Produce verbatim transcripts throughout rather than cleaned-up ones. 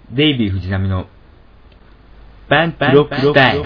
デイビー藤波のバンプロックスタイル。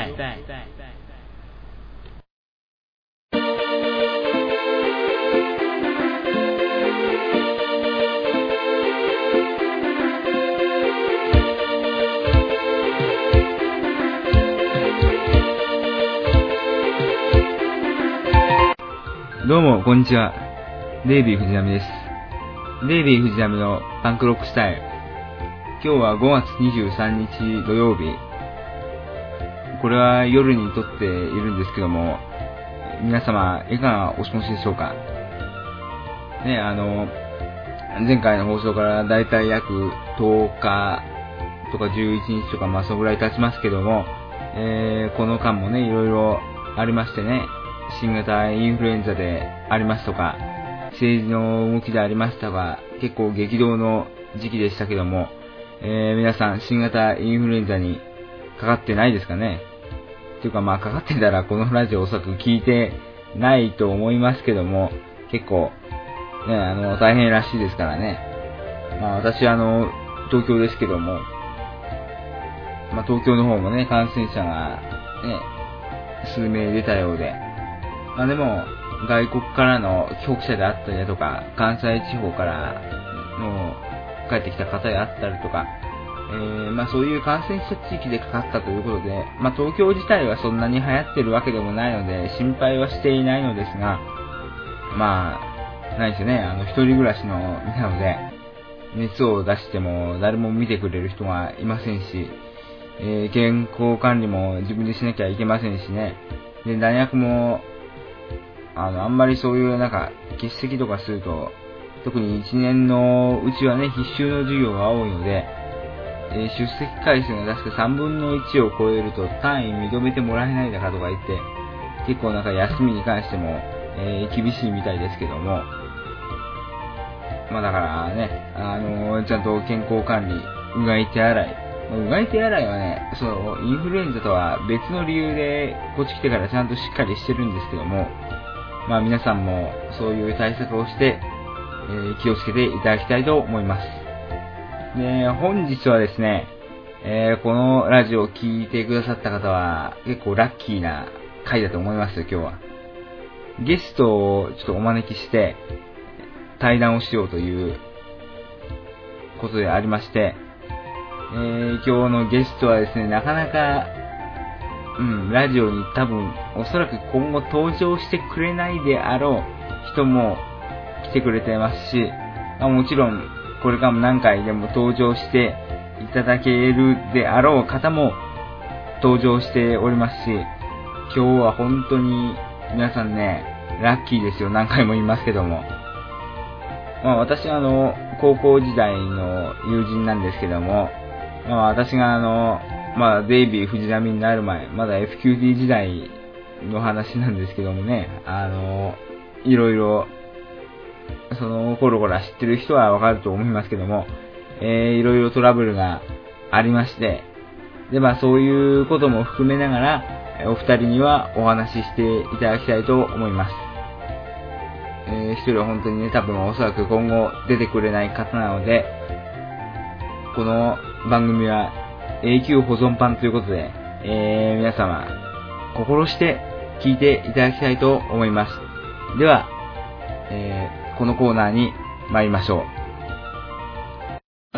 どうもこんにちは、デイビー藤波です。デイビー藤波のパンクロックスタイル。今日はごがつにじゅうさんにち土曜日。これは夜に撮っているんですけども、皆様いかがお過ごしでしょうか。ね、あの前回の放送からだいたい約とおかとかじゅういちにちとか、まあそのぐらい経ちますけども、えー、この間もねいろいろありましてね、新型インフルエンザでありますとか、政治の動きでありましたが、結構激動の時期でしたけども、えー、皆さん新型インフルエンザにかかってないですかね。というかまあかかってたらこのラジオおそらく聞いてないと思いますけども、結構ねあの大変らしいですからね。まあ私あの東京ですけども、まあ東京の方もね感染者がね数名出たようで、まあでも外国からの帰国者であったりだとか、関西地方からの帰ってきた方であったりとか、えー、まあそういう感染者地域でかかったということで、まあ東京自体はそんなに流行ってるわけでもないので心配はしていないのですが、まあないですよね、あの一人暮らしの身なので、熱を出しても誰も見てくれる人がいませんし、えー、健康管理も自分でしなきゃいけませんしね。で大学もあのあんまりそういうなんか欠席とかすると、特にいちねんのうちはね必修の授業が多いので、えー、出席回数が確かさんぶんのいちを超えると単位認めてもらえないだかとか言って、結構なんか休みに関しても、えー、厳しいみたいですけども、まあだからね、あのー、ちゃんと健康管理、うがい手洗い、うがい手洗いはね、そのインフルエンザとは別の理由でこっち来てからちゃんとしっかりしてるんですけども、まあ皆さんもそういう対策をして、えー、気をつけていただきたいと思います。で、本日はですね、えー、このラジオを聞いてくださった方は結構ラッキーな回だと思いますよ。今日はゲストをちょっとお招きして対談をしようということでありまして、えー、今日のゲストはですね、なかなかうん、ラジオに多分おそらく今後登場してくれないであろう人も来てくれてますし、まあ、もちろんこれからも何回でも登場していただけるであろう方も登場しておりますし、今日は本当に皆さんねラッキーですよ。何回も言いますけども、まあ、私はあの高校時代の友人なんですけども、まあ、私があのまあ、デイビー藤波になる前、まだ エフキューティー 時代の話なんですけどもね、あの、いろいろ、その頃から知ってる人はわかると思いますけども、えー、いろいろトラブルがありまして、で、まあそういうことも含めながら、お二人にはお話ししていただきたいと思います。えー、一人は本当にね、多分おそらく今後出てくれない方なので、この番組は永久保存版ということで、えー、皆様心して聞いていただきたいと思います。では、えー、このコーナーに参りましょう。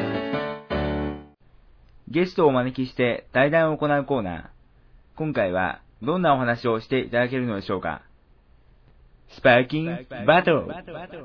ゲストをお招きして対談を行うコーナー。今回はどんなお話をしていただけるのでしょうか。スパーキングバトル。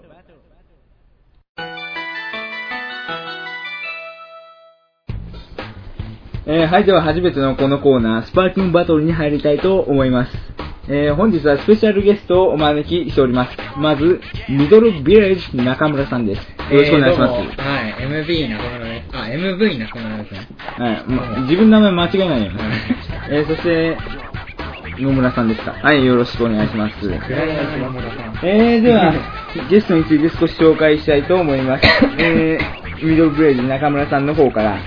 えー、はい、では初めてのこのコーナー、スパーキングバトルに入りたいと思います。えー、本日はスペシャルゲストをお招きしております。まず、ミドルビレッジ中村さんです。よろしくお願いします。 えー、はい、エムビー 中村です。あ、エムブイ 中村ですね。 はい、ま、自分の名前間違えないように。えー、そして、野村さんですか。はい、よろしくお願いします。えー、では、ゲストについて少し紹介したいと思います。えー、ミドルビレッジ中村さんの方から、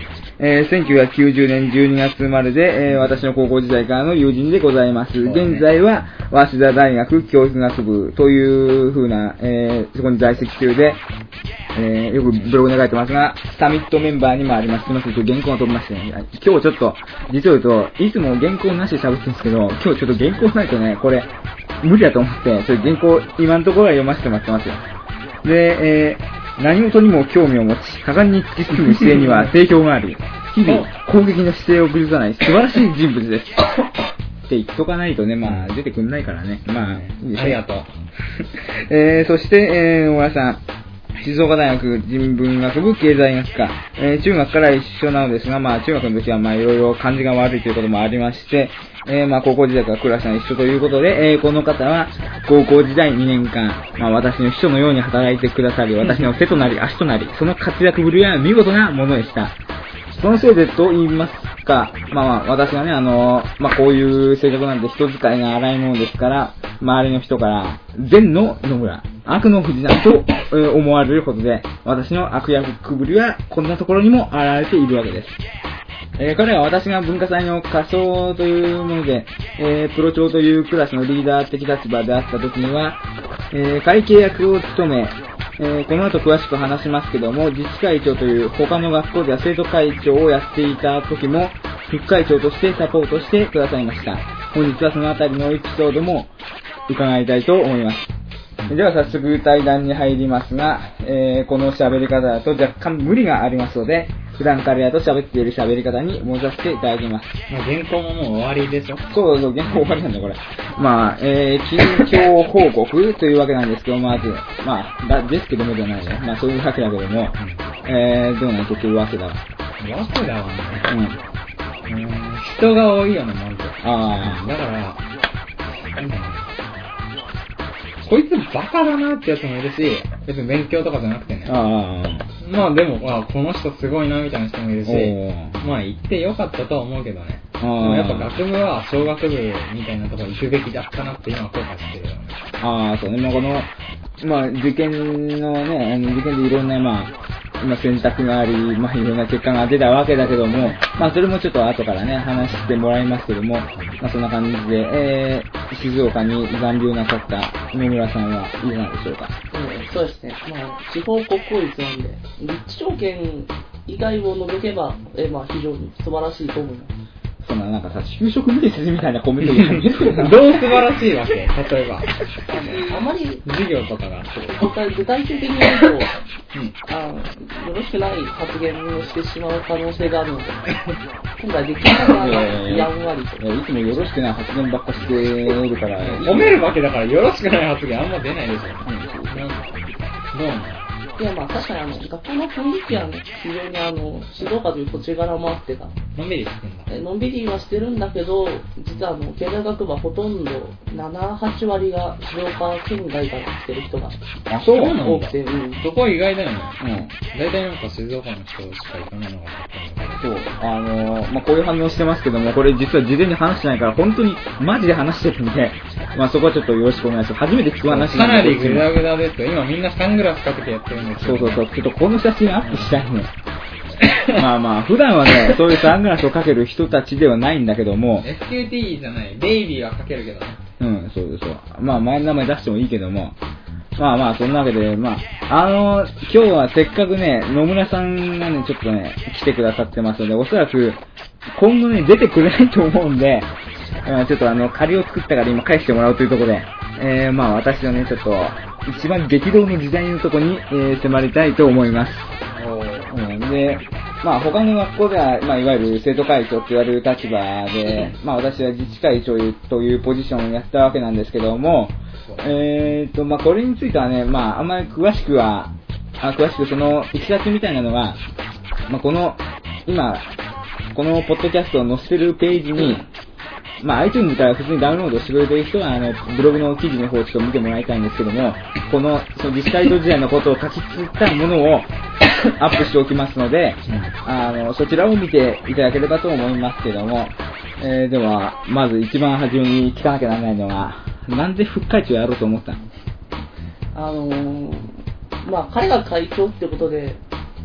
えー、せんきゅうひゃくきゅうじゅうねんじゅうにがつ生まれで、えー、私の高校時代からの友人でございます。現在は、早稲田大学教育学部という風な、えー、そこに在籍中で、えー、よくブログで書いてますが、サミットメンバーにもあります。すみません、今日原稿が飛びましてね。今日ちょっと、実を言うと、いつも原稿なしで喋ってるんですけど、今日ちょっと原稿ないとね、これ、無理だと思って、ちょっと原稿、今のところは読ませてもらってますよ。で、えー、何事にも興味を持ち、果敢に突き進む姿勢には定評があり、日々、攻撃の姿勢を崩さない素晴らしい人物です。って言っとかないとね、まあ、出てくんないからね。まあ、いいでしょう。 ありがとう。 えー、そして、えー、小川さん。静岡大学人文学部経済学科、えー、中学から一緒なのですが、まあ中学の時はまあいろいろ感じが悪いということもありまして、えー、まあ高校時代からクラスが一緒ということで、えー、この方は高校時代にねんかん、まあ私の秘書のように働いてくださり、私の手となり足となり、その活躍ぶりは見事なものでした。そのせいでと言いますか、まあまあ私がね、あの、まあこういう性格なんで人使いが荒いものですから、周りの人から、善の野村、悪の藤田と、えー、思われるほどで、私の悪役ぶりはこんなところにも現れているわけです。えー、彼は私が文化祭の仮装というもので、えー、プロ長というクラスのリーダー的立場であった時には、えー、会計役を務め、えー、この後詳しく話しますけども、自治会長という他の学校では生徒会長をやっていた時も、副会長としてサポートしてくださいました。本日はそのあたりのエピソードも伺いたいと思います。では早速対談に入りますが、えー、この喋り方だと若干無理がありますので、普段からやと喋っている喋り方に戻させていただきます。 まあ、原稿ももう終わりでしょ？ そうそう、原稿終わりなんだこれ。まあ、えー、近況報告というわけなんですけど、まず、まあ、だですけどもじゃないね。まあそういうわけだけども、えー、どうなん結局わけだわ。 わけだわね。 うん。 うーん、人が多いよね、まず。 ああ。 だから、なんだろう。こいつバカだなってやつもいるし、別に勉強とかじゃなくてね。 あまあでも、あこの人すごいなみたいな人もいるし、 おまあ行ってよかったとは思うけどね。 あでもやっぱ学部は小学部みたいなところ行くべきだったなって今は後悔してるよね。 ああ、そうね。まあこの、まあ受験のね、あの受験でいろんなまあ、まあ、選択があり、まあいろんな結果が出たわけだけども、まあそれもちょっと後からね、話してもらいますけども、まあそんな感じで、えー、静岡に残留なさった野村さんはいかがでしょうか。 うん、そうですね。まあ、地方国公立なんで、立地条件以外を除けば、えまあ、非常に素晴らしいと思います。 そんななんかさ、就職面接みたいなコメントやめろよな。 どう素晴らしいわけ？例えば。 あまり、 授業とかが。 具体的に言うと、うん、あのよろしくない発言をしてしまう可能性があるので、今回できるだけあのやんわりと。 いつもよろしくない発言ばっかしてるから。 褒めるわけだからよろしくない発言あんま出ないでしょ。うん、どうなの？ いやまあ確かにあの学校の雰囲気は、ね、非常にあの静岡という土地柄もあってかのんびりしてんだ。 えのんびりはしてるんだけど、実はあの経済学部はほとんどなな、はちわりが静岡県外から来てる人があ、そうな多くて、うん、 そこは意外だよね。 うん。 大体なんか静岡の人しか行かないのかなと思うけど。 そう。あのー、まあ、こういう反応してますけども、これ実は事前に話してないから、本当にマジで話してるんで、まあそこはちょっとよろしくお願いします。初めて聞く話かなんで。 なりグダグダですよ。今みんなサングラスかけてやってるんですよ。そうそうそう。ちょっとこの写真アップしたいね。まあまあ、普段はね、そういうサングラスをかける人たちではないんだけども。 エスキューティー じゃない。ベイビーはかけるけどね。 うん、そうですよ。まあ前の名前出してもいいけども。まあまあ、そんなわけで、まあ、あの、今日はせっかくね、野村さんがね、ちょっとね、来てくださってますので、おそらく、今後ね、出てくれないと思うんで、ちょっとあの、借りを作ったから今返してもらうというところで、えー、まあ私のね、ちょっと、一番激動の時代のところに、えー、迫りたいと思います。うん、で、まあ他の学校では、まあいわゆる生徒会長と言われる立場で、まあ私は自治会長というポジションをやったわけなんですけども、えーと、まあこれについてはね、まああんまり詳しくは、あ詳しくそのいきさつみたいなのは、まあこの、今、このポッドキャストを載せてるページに、まあ iTunes から普通にダウンロードしてくれてる人は、あの、ブログの記事の方をちょっと見てもらいたいんですけども、この、その自治会長時代のことを書き綴ったものをアップしておきますので、あの、そちらを見ていただければと思いますけども、えー、では、まず一番初めに聞かなきゃならないのは、なんで副会長やろうと思ったの？ あのー、まあ彼が会長ってことで、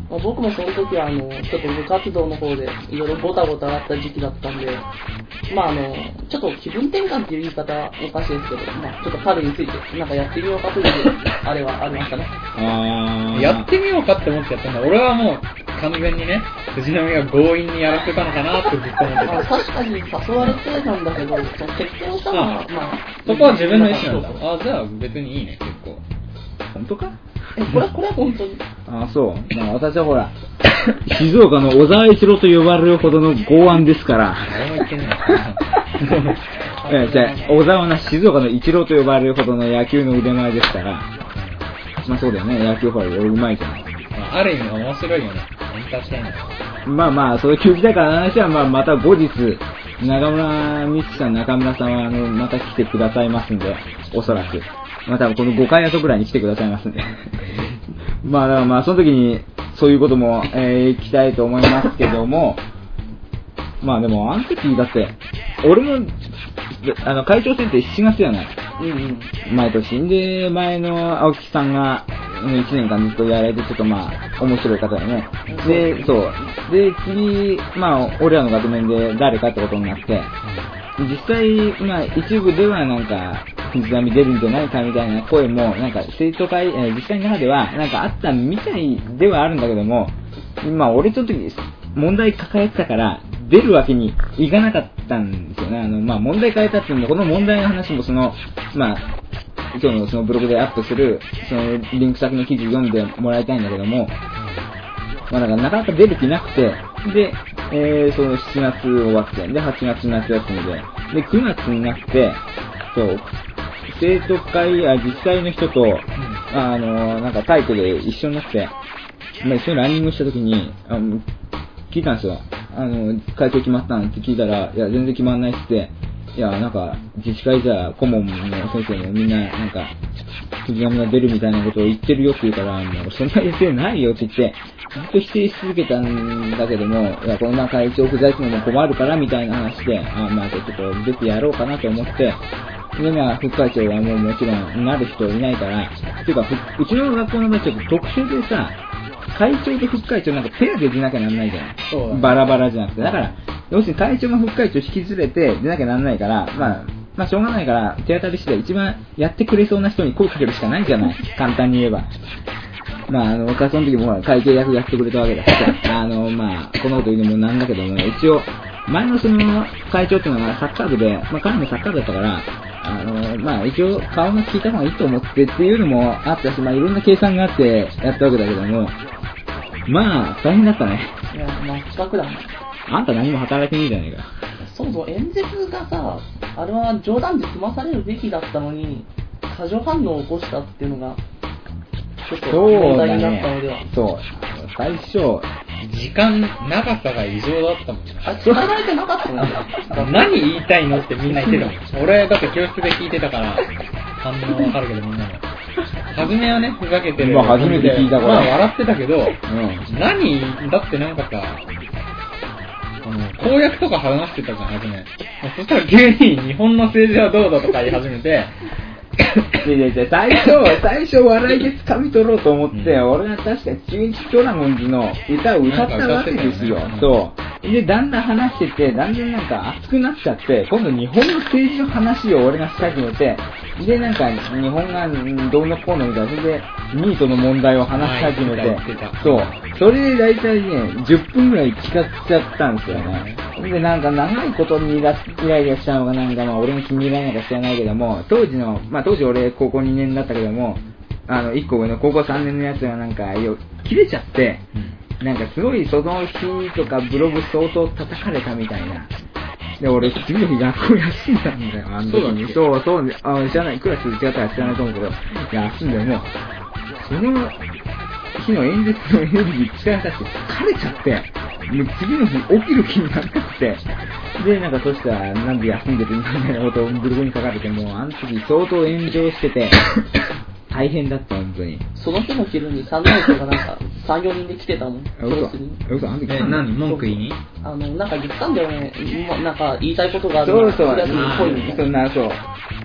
まあ、僕もその時はあのちょっと部活動の方でいろいろボタボタあった時期だったんで、まああのちょっと気分転換っていう言い方おかしいですけど、まあ、ちょっと彼についてなんかやってみようかというあれはありましたね。 あー、やってみようかって思ってやったんだ。俺はもう完全にね、藤波が強引にやらせたのかなってずっと思ってまあ、 た。 確かに誘われてたんだけど、その結婚したのは、まあ、 そこは自分の意思なんだ。 そうそうあ、じゃあ別にいいね、結構。 本当か？ え、これは、これは本当に。 あ、そう。まあ私はほら、静岡の小沢一郎と呼ばれるほどの剛腕ですから。 誰も言ってない。 えじゃあ、小沢はな、静岡の一郎と呼ばれるほどの野球の腕前ですから。まあそうだよね、野球ほら、俺うまいじゃん。 ある意味面白いよね。エンターテイナー。 まあまあ、そういう球技大会の話は、まあまた後日、中村美月さん、中村さんは、あの、また来てくださいますんで、おそらく。まあ多分このごかい後ぐらいに来てくださいますんで。まあだからまあ、その時に、そういうことも、えー、聞きたいと思いますけども、まあでも、あの時だって、俺も、あの、会長選ってしちがつじゃない。 うんうん。 毎年。で、前の青木さんが、いちねんかんずっとやられて、ちょっとまあ、面白い方だよね。で、そう。で、次、まあ、俺らの学年で誰かってことになって、実際、まあ、一部ではなんか、藤波出るんじゃないかみたいな声も、なんか、生徒会、えー、実際の中では、なんかあったみたいではあるんだけども、まあ、俺その時、問題抱えてたから、出るわけにいかなかったんですよね。あの、まあ、問題変えたっていうのも、この問題の話もその、まあ、今日のそのブログでアップする、そのリンク先の記事読んでもらいたいんだけども、まあ、だからなかなか出る気なくて、で、えー、そのしちがつ終わって、で、はちがつ夏休みで、で、くがつになって、そう、生徒会や自治会の人と、うん、あの、なんか体育で一緒になって、まあ、一緒にランニングした時に、あの聞いたんですよ。あの、会長決まったんって聞いたら、いや、全然決まんないっつって、いや、なんか、自治会じゃ、顧問の先生もみんな、なんか、藤波が出るみたいなことを言ってるよって言うから、もう、そんな先生ないよって言って、ずっと否定し続けたんだけども、いや、こんな会長不在するのも困るから、みたいな話で、あまあ、ちょっと出てやろうかなと思って、で、まあ、副会長はもうもちろん、なる人いないから、っていうか、うちの学校の場合ちょっと特殊でさ、会長と副会長なんかペアで出なきゃなんないじゃない。そうだね。バラバラじゃなくて。だから、要するに会長が副会長引き連れて出なきゃなんないから、まあ、まあしょうがないから、手当たり次第一番やってくれそうな人に声かけるしかないじゃない。簡単に言えば。まあ、あの、僕はその時も会計役やってくれたわけだから、あの、まあ、このこと言うのもなんだけども、一応、前のその会長っていうのがサッカー部で、まあ彼もサッカー部だったから、あの、まあ一応顔が聞いた方がいいと思ってっていうのもあったし、まあいろんな計算があってやったわけだけども、まあ大変だったね。 いや、全くだね。 あんた何も働いてねえじゃねえか。 そうそう、演説がさ、あれは冗談で済まされるべきだったのに、過剰反応を起こしたっていうのが、ちょっと問題になったのでは。 そう、最初、 時間長さが異常だったもんね。 あ、伝えられてなかったの何言いたいのってみんな言ってたもん。俺だって教室で聞いてたから、反応わかるけどみんなの。初めはね、ふざけてる。 まあ初めて聞いたから。 まあ笑ってたけど、 うん、 何だってなんかさ、あの、公約とか話してたじゃん、初め。そしたら急に日本の政治はどうだとか言い始めて、 いやいや最初、最初笑いで掴み取ろうと思って、うん、俺が確か中日ドラゴンズの歌を歌ったわけですよ。ね、そう。で、だんだん話してて、だんだんなんか熱くなっちゃって、今度日本の政治の話を俺がし始めて、で、なんか日本がどうのこうのみたいな、それでニートの問題を話し始めて、そう。それで大体ね、じゅっぷんぐらい聞かっちゃったんですよね。で、なんか長いことにイライラしたのがなんかまあ俺に気に入らないのか知らないけども、当時の、まあ当時俺高校にねんだったけども、あの、いっこ上の高校さんねんのやつがなんかよ切れちゃって、うん、なんかすごいその日とかブログ相当叩かれたみたいな。で、俺次の日学校休んだんだよ、あの時に。そう、そう、あ、知らない、クラス違ったら知らないと思うけど、休んでもう、その日の演説のエネルギー使い果たして疲れちゃって、もう次の日起きる気にならなくて、で、なんかそしたらなんで休んでるみたいなことをブログに書かれて、もうあの時相当炎上してて、大変だった、本当に。 その日の昼にさんねん生がなんかさん、よにんで来てたもん、教室に。 嘘、あの時。 え、何文句言いにあの、なんか言ったんだよね。なんか言いたいことがある。 そうそう、 そう、 そんな、そう。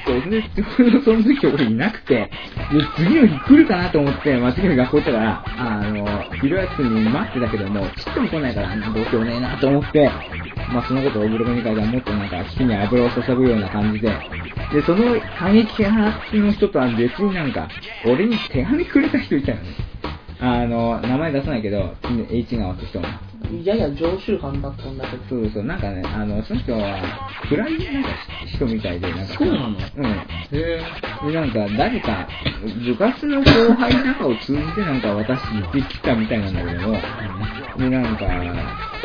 そうで、ちょうどその時俺いなくて、で次の日来るかなと思って、まあ、次の日学校行ったから、あの、昼休みに待ってたけども、ちっとも来ないから、どうしようねえなと思って、まあ、そのことをブログに書いたらもっとなんか、火に油を注ぐような感じで、で、その過激派の人とは別になんか、俺に手紙くれた人いたよね。あの、名前出さないけど、H 川って人も。 やや常習犯だったんだけど。 そうそう、なんかね、あの、その人は、暗いなんか人みたいで、なんか。 そうなの？ うん。 へで、なんか、誰か、部活の後輩なんかを通じてなんか私行ってきたみたいなんだけども、で、なんか、なんだ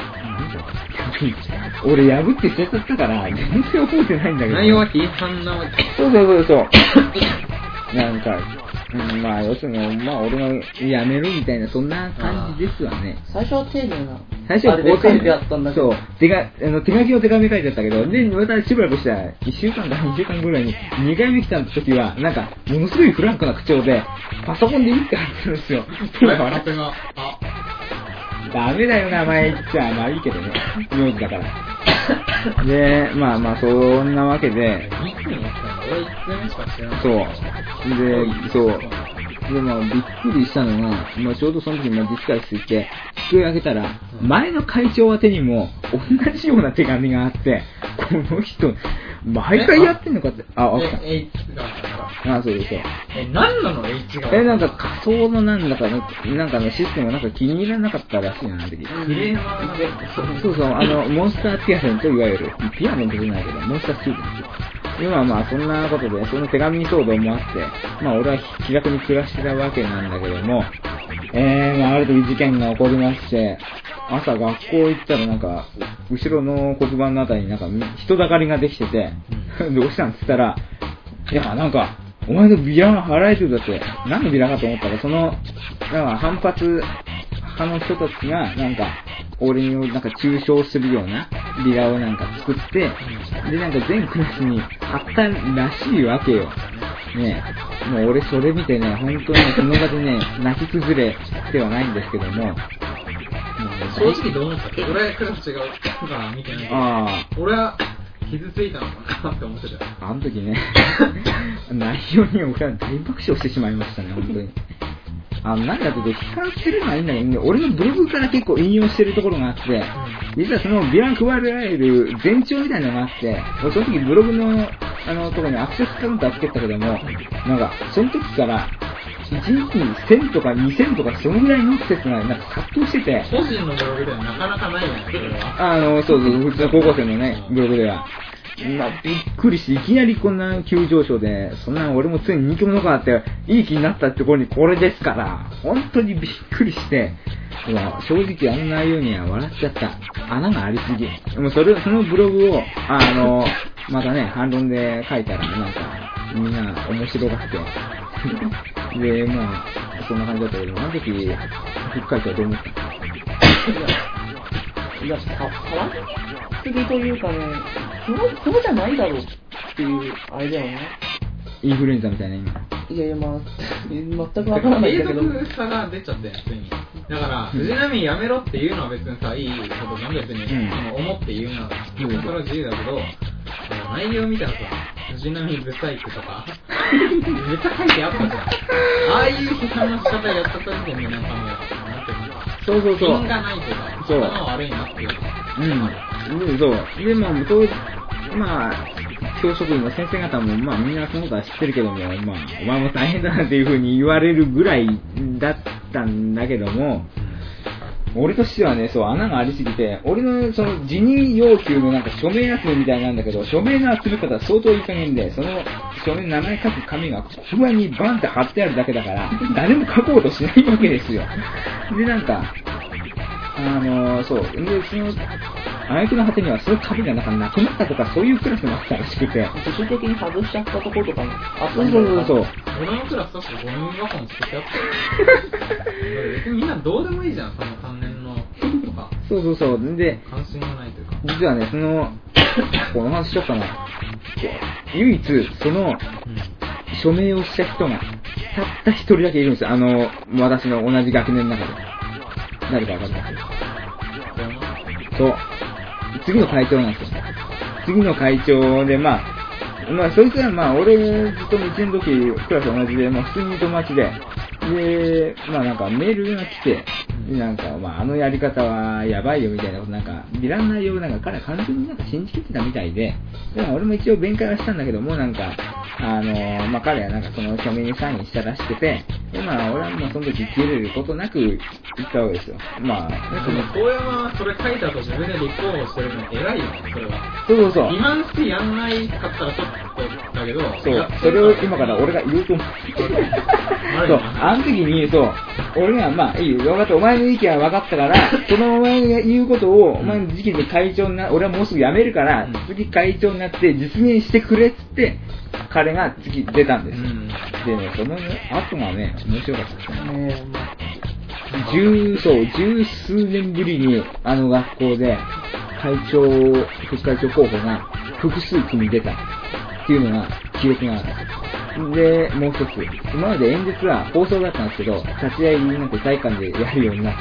俺破って捨てちゃったから、全然覚えてないんだけど。 内容は批判なわけ。 そうそうそうそう。なんか、うん、まあ、要するに、まあ、俺がやめるみたいな、そんな感じですわね。 最初は丁寧な。 最初はこう書いてあったんだけど。 そう。手が、あの、手書きを手紙書いてあったけど、で、またしばらくしたら、いっしゅうかんかにしゅうかんぐらいに、にかいめ来た時は、なんか、ものすごいフランクな口調で、パソコンでいいって書いてるんですよ。 笑ってが、あ、 ダメだよ、名前言っちゃ。まあいいけどね。名字だから。で、まあまあ、そんなわけで、 いつにやったんだ？俺いつ目しか知らない。 そう。で、そう。で、まあ、びっくりしたのが、まあ、ちょうどその時にディスカイスして、机を開けたら、うん、前の会長宛てにも、同じような手紙があって、この人、毎回やってんのかって、あ、わかった。 え、H があ、そうですよ。 え、何なの H がえ、なんか仮想のなんだかの、なんかのシステムがなんか気に入らなかったらしいな、あの時。 クレーマーで。 そうそう、あの、モンスターピアノンといわゆる、ピアノンじゃないけど、モンスタースキューですよ。今はまあそんなことで、その手紙騒動もあって、まあ俺は気楽に暮らしてたわけなんだけども、えー、まあある時事件が起こりまして、朝学校行ったらなんか、後ろの黒板のあたりになんか人だかりができてて、どうしたんって言ったら、いやなんか、お前のビラが払えてるだって、何のビラかと思ったら、その、なんか反発派の人たちが、なんか、俺をなんか中傷するようなビラをなんか作って、で、なんか全クラスに貼ったらしいわけよ。ねえ、もう俺それ見てね、本当にその場でね、泣き崩れてはないんですけども、 正直どう思ったっけ？俺クラス違うから見てないけど、あ俺は傷ついたのかなって思ってたよ。 あの時ね、内容に俺は大爆笑してしまいましたね、本当に。あの、なんだけど、批判してるのはいいんだけど、ね、俺のブログから結構引用してるところがあって、実はそのビラが配られる前兆みたいなのがあって、俺その時ブログの、あの、ところにアクセスカウンターつけたけども、なんか、その時から、いちにちにせんとかにせんとかそのぐらいのアクセスがなんか殺到してて、 個人のブログではなかなかないよね、それは。 あの、そうそう、普通の高校生のね、ブログでは。まあ、びっくりして、いきなりこんな急上昇で、そんな俺もついに人気者かって、いい気になったってところにこれですから、本当にびっくりして、正直あの内容には笑っちゃった。穴がありすぎ。でもそれ、そのブログを、あの、またね、反論で書いたら、なんか、みんな面白がって、で、まあ、そんな感じだったけど、あの時、副会長はどう思った？ いや、さ、騒ぎすぎというかね、そう、そうじゃないだろうっていう、あれだよね。 インフルエンザみたいな今。 いやいや、まあ、全くわからないんだけど。 継続さが出ちゃったよ、ついに。だから、藤波やめろっていうのは別にさ、いいことなん別に、うん、その思って言うなら、それは自由だけど、内容見たらさ、藤波ブサイクとか、めっちゃ書いてあったじゃん。ああいう批判の仕方やった時になんかもう、なんていうのか、 そうそうそう。 品がないとか、 そう。 頭悪いなっていうか。 うん。で、そう。で、まあ、当時、まあ、教職員の先生方も、まあ、みんなそのことは知ってるけども、まあ、お前も大変だなっていう風に言われるぐらいだったんだけども、俺としてはね、そう、穴がありすぎて、俺のその辞任要求のなんか署名集めみたいなんだけど、署名の集め方は相当いい加減で、その署名名前書く紙が黒板にバンって貼ってあるだけだから、誰も書こうとしないわけですよ。で、なんか、あのー、そう、で、その、挙句の果てにはその紙がなんかなくなったとか、そういうクラスもあったらしくて。 自主的に外しちゃったところとかもあったそうそうそう。 俺のクラス確かごねんが本作ってやったよ。別にみんなどうでもいいじゃん、そのさんねんのとか。 そうそうそう。で、 関心がないというか。 実はね、その、この話しちゃったな。唯一、その、署名をした人が、たった一人だけいるんですよ。あの、私の同じ学年の中で。誰か分かります？そう。次の会長なんですよ。次の会長で、まあ、 まあそいつはまあ俺ずっといちねんの時クラス同じで、まあ普通に友達で、で、まあなんかメールが来て、なんかまああのやり方はやばいよみたいなことなんか、ビラン内容をなんか彼は完全になんか信じきってたみたいで、でも俺も一応弁解はしたんだけども、なんか、あの、まあ彼はなんかその署名にサインしたらしくて、でまあ俺はもうその時切れることなく言ったわけですよ。まあ、 でも遠山はそれ書いた後自分で立候補してるの偉いよね、それは。 そうそうそう。 リマンしてやんないかったらちょっとだけど、 そう、それを今から俺が言うと思う。そう、あの時に、そう、俺が、まあいいよ、分かった、お前の意見は分かったから、そのお前が言うことを、お前の時期で会長にな、俺はもうすぐ辞めるから、次会長になって実現してくれっつって、彼が次出たんですよ。うん、でね、その後がね、面白かったですね。十、そう、十数年ぶりにあの学校で会長、副会長候補が複数組出たっていうのが記憶がある。で、もう一つ、今まで演説は放送だったんですけど、立ち会いになって体育館でやるようになった。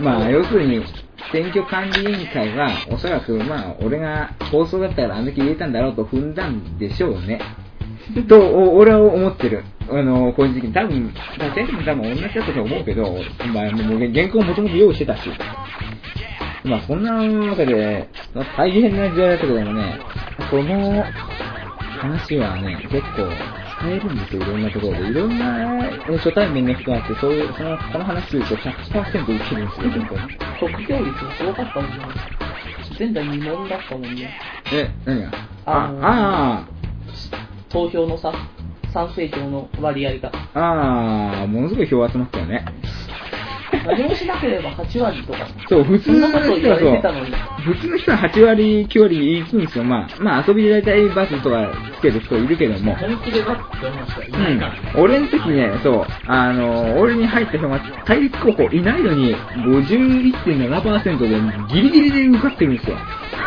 まあ、要するに、選挙管理委員会は、おそらく、まあ、俺が放送だったからあんだけ言えたんだろうと踏んだんでしょうね。と、俺は思ってる。あの、個人的に。多分、先生も多分同じだったと思うけど、まあ、もう原稿もともと用意してたし。まあ、そんなわけで、大変な時代だったけどもね、この話はね、結構使えるんですよ、いろんなところで。いろんな初対面の人があって、そういう、その、この話すると ひゃくパーセント 受けるんですよ、本当に。 得票率もすごかったもんね。前代未聞だったもんね。 え、何があああ投票のさ、賛成票の割合が。 ああ、ものすごい票集まったよね。 何もしなければはち割とか。 そう、普通の人はそう。 普通の人ははち割、きゅう割行くんですよ。まあ、まあ遊びで大体バスとかつける人いるけども。 本気でバスって思いました。いないから、うん。俺の時ね、そう、あの、俺に入った人が対立候補いないのに ごじゅういってんななパーセント でギリギリで受かってるんですよ。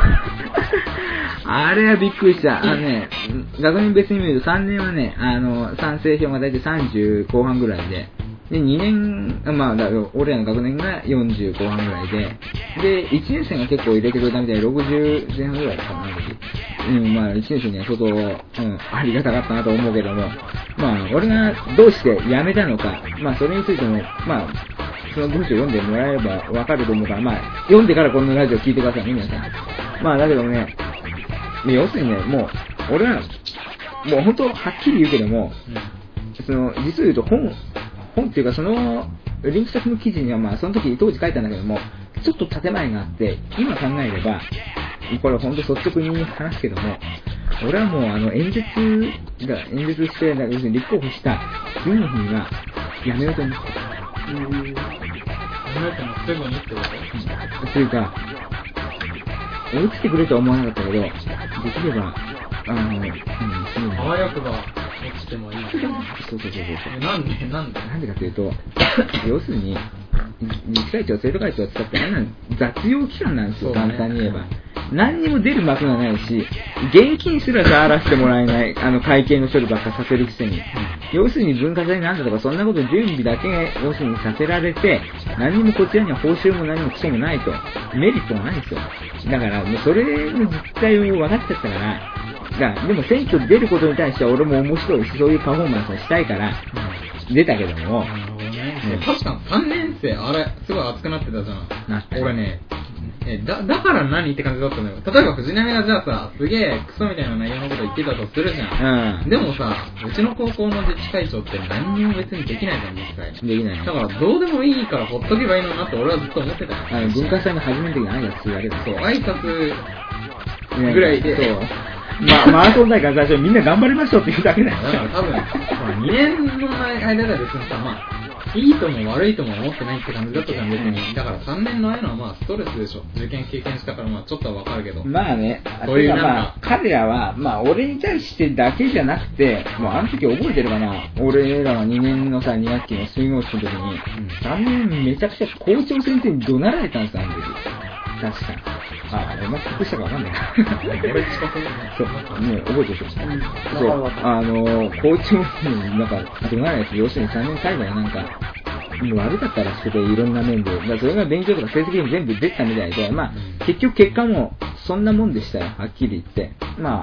あれはびっくりした。あのね、学年別に見るとさんねんはね、あの、賛成票が大体さんじゅう後半ぐらいで、で、にねん、まあ、だ俺らの学年がよんじゅう後半ぐらいで、で、いちねん生が結構入れてくれたみたいで、ろくじゅうぜん半ぐらいかな、うん、まあ、いちねん生には相当、うん、ありがたかったなと思うけども、まあ、俺がどうして辞めたのか、まあ、それについても、まあ、その文章を読んでもらえればわかると思うから、まあ、読んでからこのラジオ聞いてくださいね、皆さん。まあ、だけどね、要するにね、もう、俺は、もう本当、はっきり言うけども、うん、その、実を言うと本、本っていうかその、リンク先の記事にはまあ、その時当時書いたんだけども、ちょっと建前があって、今考えれば、これ本当率直に話すけども、俺はもうあの、演説が、演説して、要するに立候補した次の日には、やめようと思ってた。 うん。やめてもすぐにってこと？ というか、追いついてくれとは思わなかったけど、できれば、あの、うん、すぐに。 あわよくば落ちてもいい。 そうそうそうそう。 なんでなんでなんでかというと、要するに、自治会長、生徒会長を使ってあれなん雑用機関なんですよ、簡単に言えば。何にも出る幕がないし、現金すら触らせてもらえない、あの会計の処理ばっかさせるくせに、要するに文化祭なんだとか、そんなこと準備だけが要するにさせられて、何にもこちらには報酬も何もクソもないと、メリットがないんですよ。だから、もうそれの実態を分かっちゃったから、がでも選挙出ることに対しては俺も面白いし、そういうパフォーマンスをしたいから、出たけども、 ね、確かにさんねん生、あれ、すごい熱くなってたじゃん。 なって俺ね、えだだから何って感じだったのよ。例えば藤波がじゃあさ、すげえクソみたいな内容のこと言ってたとするじゃん。うん、でもさ、うちの高校の自治会長って何にも別にできないじゃん、実際。 できない。 だからどうでもいいからほっとけばいいのなって俺はずっと思ってたよ。 あの文化祭の初めの時に挨拶するだけだ。 そう、挨拶ぐらいで。 そう。まあ、マラソン大会最初みんな頑張りましょうって言うだけだよ。 だから多分、まあ、にねんの間では別にさ、まあ、いいとも悪いとも思ってないって感じだったじゃん、別に。だからさんねんの間のはまあストレスでしょ。受験経験したからまあちょっとはわかるけど。 まあね、 そういうなんか、 まあ、彼らは、まあ俺に対してだけじゃなくて、もうあの時覚えてるかな、俺らがにねんのさ、に学期の水号室の時に、さんねんめちゃくちゃ校長先生に怒鳴られたんですよ、あの時。確か。あ、お前隠したかわかんないな。 俺近くに。 そう、ね、覚えてるでしょ。そう、あの、校長になんか怒鳴られて、要するにさんねん最後はなんか、悪かったらしくて、いろんな面で。だからそれが勉強とか成績に全部出てたみたいで、まあ、結局結果もそんなもんでしたよ、はっきり言って。まあ、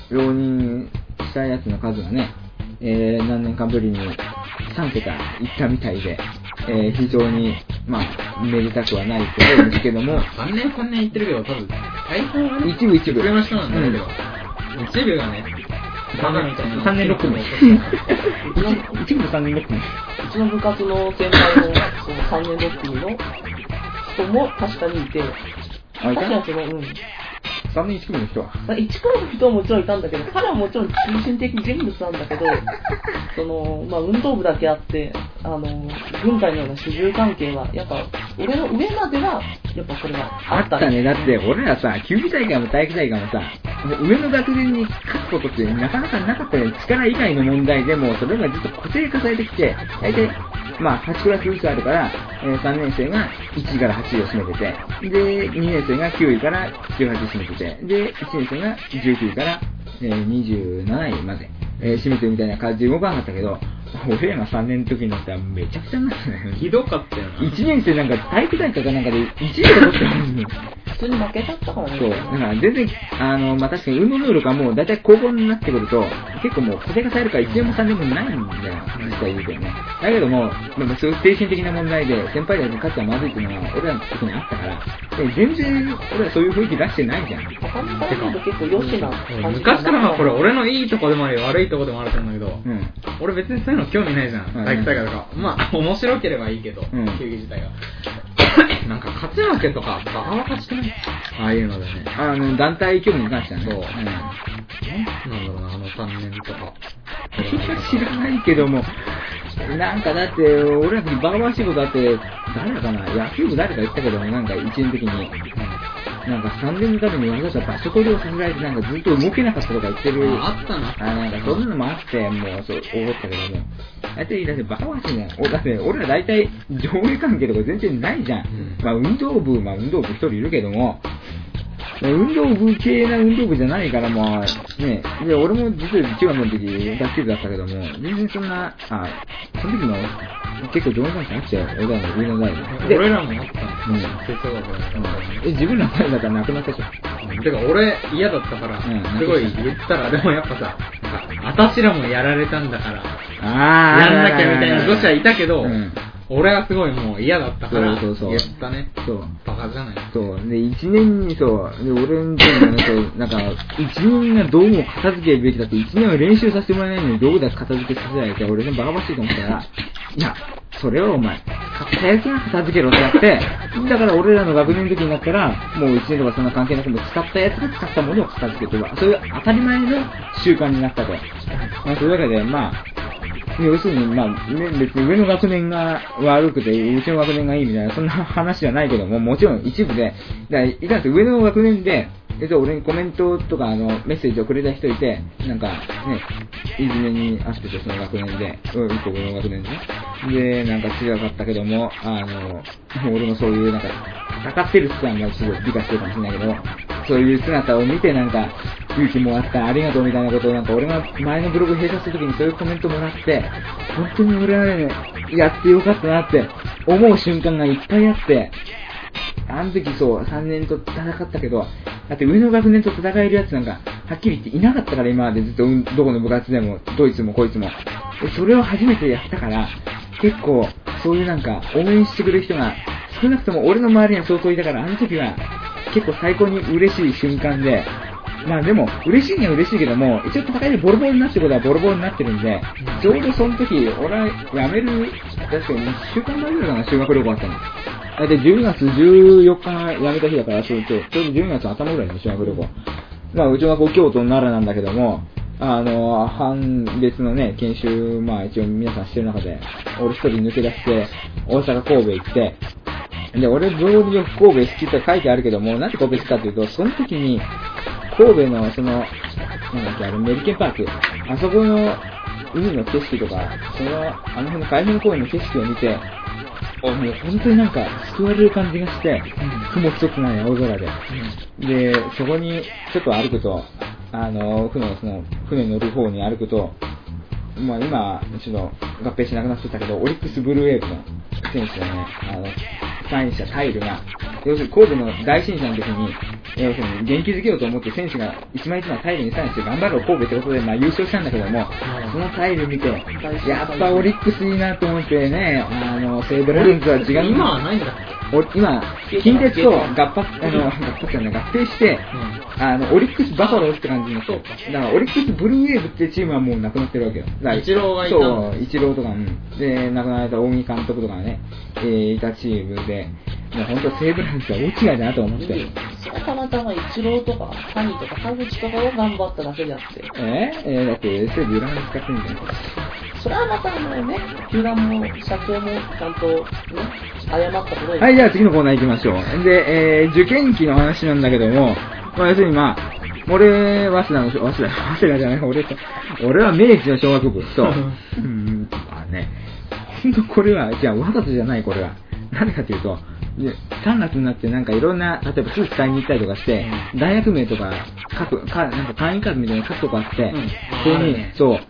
浪人したやつの数がね、えー、何年かぶりにさんけたいったみたいで、えー、非常に、まあ、めでたくはないと思うんですけども、 さんねんさんねん言ってるけど、多分、大半はね、 一部一部。 上の人なんだけど、うん、一部がね、 さんねん、さんねんろく組。一部さんねんろく組。 うちの部活の先輩のそのさんねんろく組の人も確かにいて、 あ、いた確かにその、うん。 さんねんいち組の人は。 いち組の人はもちろんいたんだけど、彼はもちろん中心的人物なんだけど、その、まあ、運動部だけあって、あの、軍隊のような主従関係は、やっぱ、俺の上までは、やっぱそれがあったあったね。だって、俺らさ、球技大会も体育大会もさ、上の学年に勝つことってなかなかなかったね。力以外の問題でも、それがずっと固定化されてきて、大体、まあ、はちクラスずつあるから、えー、さんねん生がいちいからはちいを占めてて、で、にねん生がきゅういからじゅうはちい占めてて、で、いちねん生がじゅうきゅういから、えー、にじゅうなないまで、えー、占めてるみたいな感じで動かなかったけど、俺らがさんねんの時になったらめちゃくちゃになったね。 ひどかったよな。 いちねん生なんか体育大会かなんかでいちいを取ってるんだよ。 普通に負けちゃったからね。 そう。だから全然、あの、まあ、確かに運動能力はもう大体高校になってくると、結構もう固定化されるからいちねんもさんねんもないんだよ。実際言うけどね。だけども、まあ、そういう精神的な問題で、先輩たちに勝ってはまずいっていうのは俺らの時にあったから、で全然俺らそういう雰囲気出してないじゃん。 他のから見ると結構良しな感じ。 昔からまあこれ俺のいいとこでもあり悪いとこでもあると思うんだけど、 うん、 俺別にそういうの興味ないじゃん、体育大会とか。まあ面白ければいいけど、 うん、 球技自体が。なんか勝ち負けとかバカバカしくない？ああいうのでね。 あの団体競技に関してはね。そう。うん、 なんだろうな、あのさんねんとか。 知らないけども、なんかだって俺らにバカバカしいことあって、誰だかな、野球部誰か言ったけども、なんか一年的に、なんかさんねんのためにわざわざ場所取りをさせられて、なんかずっと動けなかったとか言ってる。 あ、あったな。 あ、なんかそんなのもあって、もうそう思ったけども。だって、だってバカバカしいね。だって俺ら大体上下関係とか全然ないじゃん。うん、まあ運動部、まあ運動部一人いるけども、運動部系な運動部じゃないから、まあ、ね、で、俺も実は中学の時、卓球部だったけども、全然そんな、あ、その時も結構上下関係あったよ、俺らの上の代で。 俺らもあったの。うん。吹奏楽だから。 え、自分らの代だからなくなったでしょ。 てか俺嫌だったから、うん、すごい言ったら、でもやっぱさ、私らもやられたんだから、 あやんなきゃみたいな女子はいたけど、 うん、 俺はすごいもう嫌だったから、 そうそうそう言ったね。 そう。 バカじゃない。 そう。で、一年にそう、で、俺の時にね、そう、なんか、一年が道具を片付けるべきだって、一年は練習させてもらえないのに道具だけ片付けさせられて、俺ね、バカバカしいと思ったら、いや、それはお前、買ったやつが片付けろってなって、だから俺らの学年の時になったら、もう一年とかそんな関係なくも使ったやつが使ったものを片付けては、そういう当たり前の習慣になったと。まあ、そういうわけで、まあ、要するに、まあ、ね、別に上の学年が悪くて、うちの学年がいいみたいな、そんな話じゃないけども、もちろん一部で、だいたんですよ、上の学年で、えっと、俺にコメントとか、あの、メッセージをくれた人いて、なんか、ね、いじめにあってて、その学年で、うん、一個上の学年でね。で、なんか違かったけども、あの、俺もそういう、なんか、戦ってる姿がちょっと理解してるかもしれないけど、そういう姿を見て、なんか、勇気もらった、ありがとうみたいなことを、なんか俺が前のブログ閉鎖するときにそういうコメントもらって、本当に俺はね、やってよかったなって思う瞬間がいっぱいあって、あの時そう、さんねんと戦ったけど、だって上の学年と戦えるやつなんか、はっきり言っていなかったから今までずっとどこの部活でも、どいつもこいつも。それを初めてやったから、結構、そういうなんか、応援してくれる人が、少なくとも俺の周りには相当いたから、あの時は、結構最高に嬉しい瞬間で、まあでも、嬉しいには嬉しいけども、一応戦いでボロボロになってることはボロボロになってるんで、ちょうどその時、俺は辞める、確かにいっしゅうかんまえぐらいかな、修学旅行あったの。だいたいじゅうにがつじゅうよっかが辞めた日だから、そうちょうどじゅうにがつ頭ぐらいの修学旅行。まあ、うちの学校京都、奈良なんだけども、あの、半別のね、研修、まあ一応皆さんしてる中で、俺一人抜け出して、大阪、神戸行って、で、俺、ブログで神戸好きって書いてあるけども、なんで神戸好きかっていうと、その時に、神戸の、その、なんだっけ、あの、メリケンパーク、あそこの海の景色とか、その、あの辺の海浜公園の景色を見て、もう本当になんか救われる感じがして、雲一つない青空で、うん、で、そこにちょっと歩くと、あの、船の、その、船乗る方に歩くと、まあ今、ちょっと合併しなくなってたけど、オリックスブルーウェーブの選手のね、あの、サインしたタイルが、要するに神戸の大震災の時に、 要するに元気づけようと思って選手が一枚一枚タイルにサインして頑張ろう神戸ってことで、まあ、優勝したんだけども、そのタイル見てやっぱオリックスいいなと思ってね、あの西武ライオンズは違う。 今はないんだっけ？ 今近鉄と合併あの合併じゃない合併して、うん、あのオリックスバファローズって感じになって、だからオリックスブルーウェーブっていうチームはもうなくなってるわけよ。 イチローがいたの。 そう、イチローとか、うん、で亡くなられた大木監督とかね、えー、いたチームで、もう本当西武ライオンズは大違いだなと思って。 それたまたまイチローとか谷とか田口とかを頑張っただけであって。 えー、えー、だって西武裏に使ってるんじゃない。 それはまたあのね、球団も社長もちゃんとね、謝ったことで。 はい、じゃあ次のコーナー行きましょう。で、えー、受験期の話なんだけども、まあ、要するにまあ、俺、早稲田の、早稲田、早稲田じゃない、俺と、俺は明治の小学部、そう。うん、まあね、ほんとこれは、じゃあわざとじゃない、これは。何かというと、さんがつになってなんかいろんな、例えばスーツ買いに行ったりとかして、うん、大学名とか書く、かなんか会員カードみたいなの書くとこあって、うん、それに、ね、そう。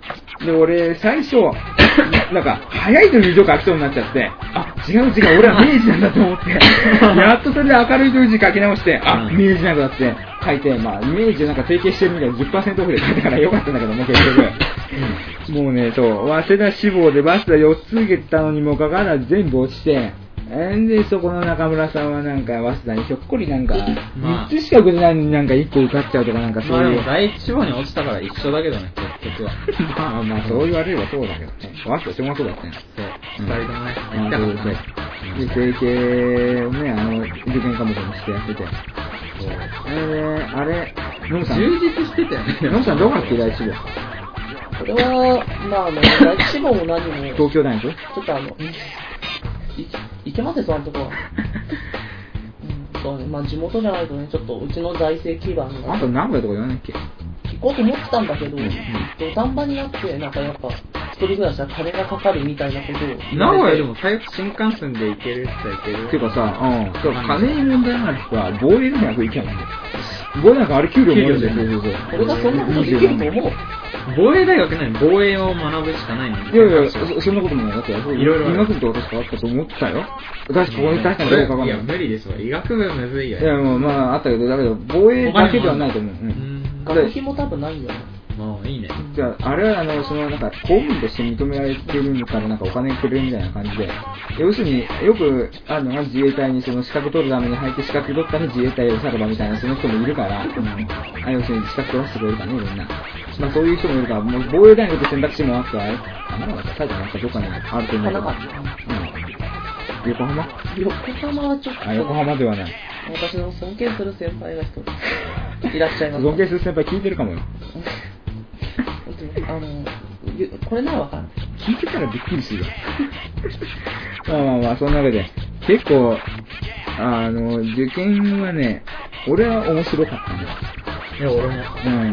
で、俺、最初、なんか、早いという字を書きそうになっちゃって、あ、違う違う、俺は明治なんだと思って、やっとそれで明るいという字書き直して、あ、明治なんだって書いて、まあ、明治なんか提携してるみたいな じゅっパーセント オフで書いたからよかったんだけども、結局。うん、もうね、そう、早稲田志望でバスタよっつ受けたのにもかかわらず全部落ちて、で、そこの中村さんはなんか、早稲田にひょっこりなんか、みっつしか受けてないのになんかいっこ受かっちゃうとかなんかそういう。 まあでも第一志望に落ちたから一緒だけどね、結局は。 まあまあ、そう言われればそうだけどね。早稲田小学校だったね。 そう。二、うん、人ともね、 行ったからね。で、整形をね、あの、受験科目にしてやってて。そう。えー、あれ、ノムさん。 充実してたよね。 ノムさんどこだっけ、第一志望。 これは、まああの、第一志望も何も。 東京大学？ ちょっとあの、い, いけますよ、そのとこは。うん、そうね、まあ地元じゃないとね、ちょっとうちの財政基盤が。 あと名古屋とか言わないっけ？ 行こうと思ってたんだけど、土壇場になって、なんかやっぱ、一人暮らしは金がかかるみたいなことを。 名古屋でも最悪新幹線で行けるって言ったら行ける。 ていうかさ、うん、そう金に問題がある人は、防衛大学行けばいいんだよ。防衛大学あれ給料もらえるんだよ。そうそうそう。 俺がそんなことできると思う。 防衛大学ないの？防衛を学ぶしかないの？ いやいや、そ, そんなこともない。だって、いろいろ。 医学部とか確かあったと思ってたよ。確かここに確かにどうかわかんない。 いや、無理ですわ。医学部むずいよ。 いや、もうまあ、あったけど、だけど、防衛だけではないと思う。うん。 学費も多分ないんだよ。 ああ、いいね。 じゃあ、あれは、あの、その、なんか、公務員として認められてるから、なんかお金くれるみたいな感じで、要するによくあるのが自衛隊にその資格取るために入って資格取ったら自衛隊を去ればみたいなその人もいるから、うん、あ要するに資格取らせてくれるからね、いろんな。まあそういう人もいるから、もう防衛大学って選択肢もあって、あれ花が書いてなんかどっかにあると思うけど。うん。横浜？ 横浜はちょっと。 あ、横浜ではない。 私の尊敬する先輩が一人いらっしゃいます。 尊敬する先輩聞いてるかもよ。 あの、これならわかる。 聞いてたらびっくりするわ。まあまあまあ、そんなわけで、結構、あの、受験はね、俺は面白かったね。 いや、俺も。 うん。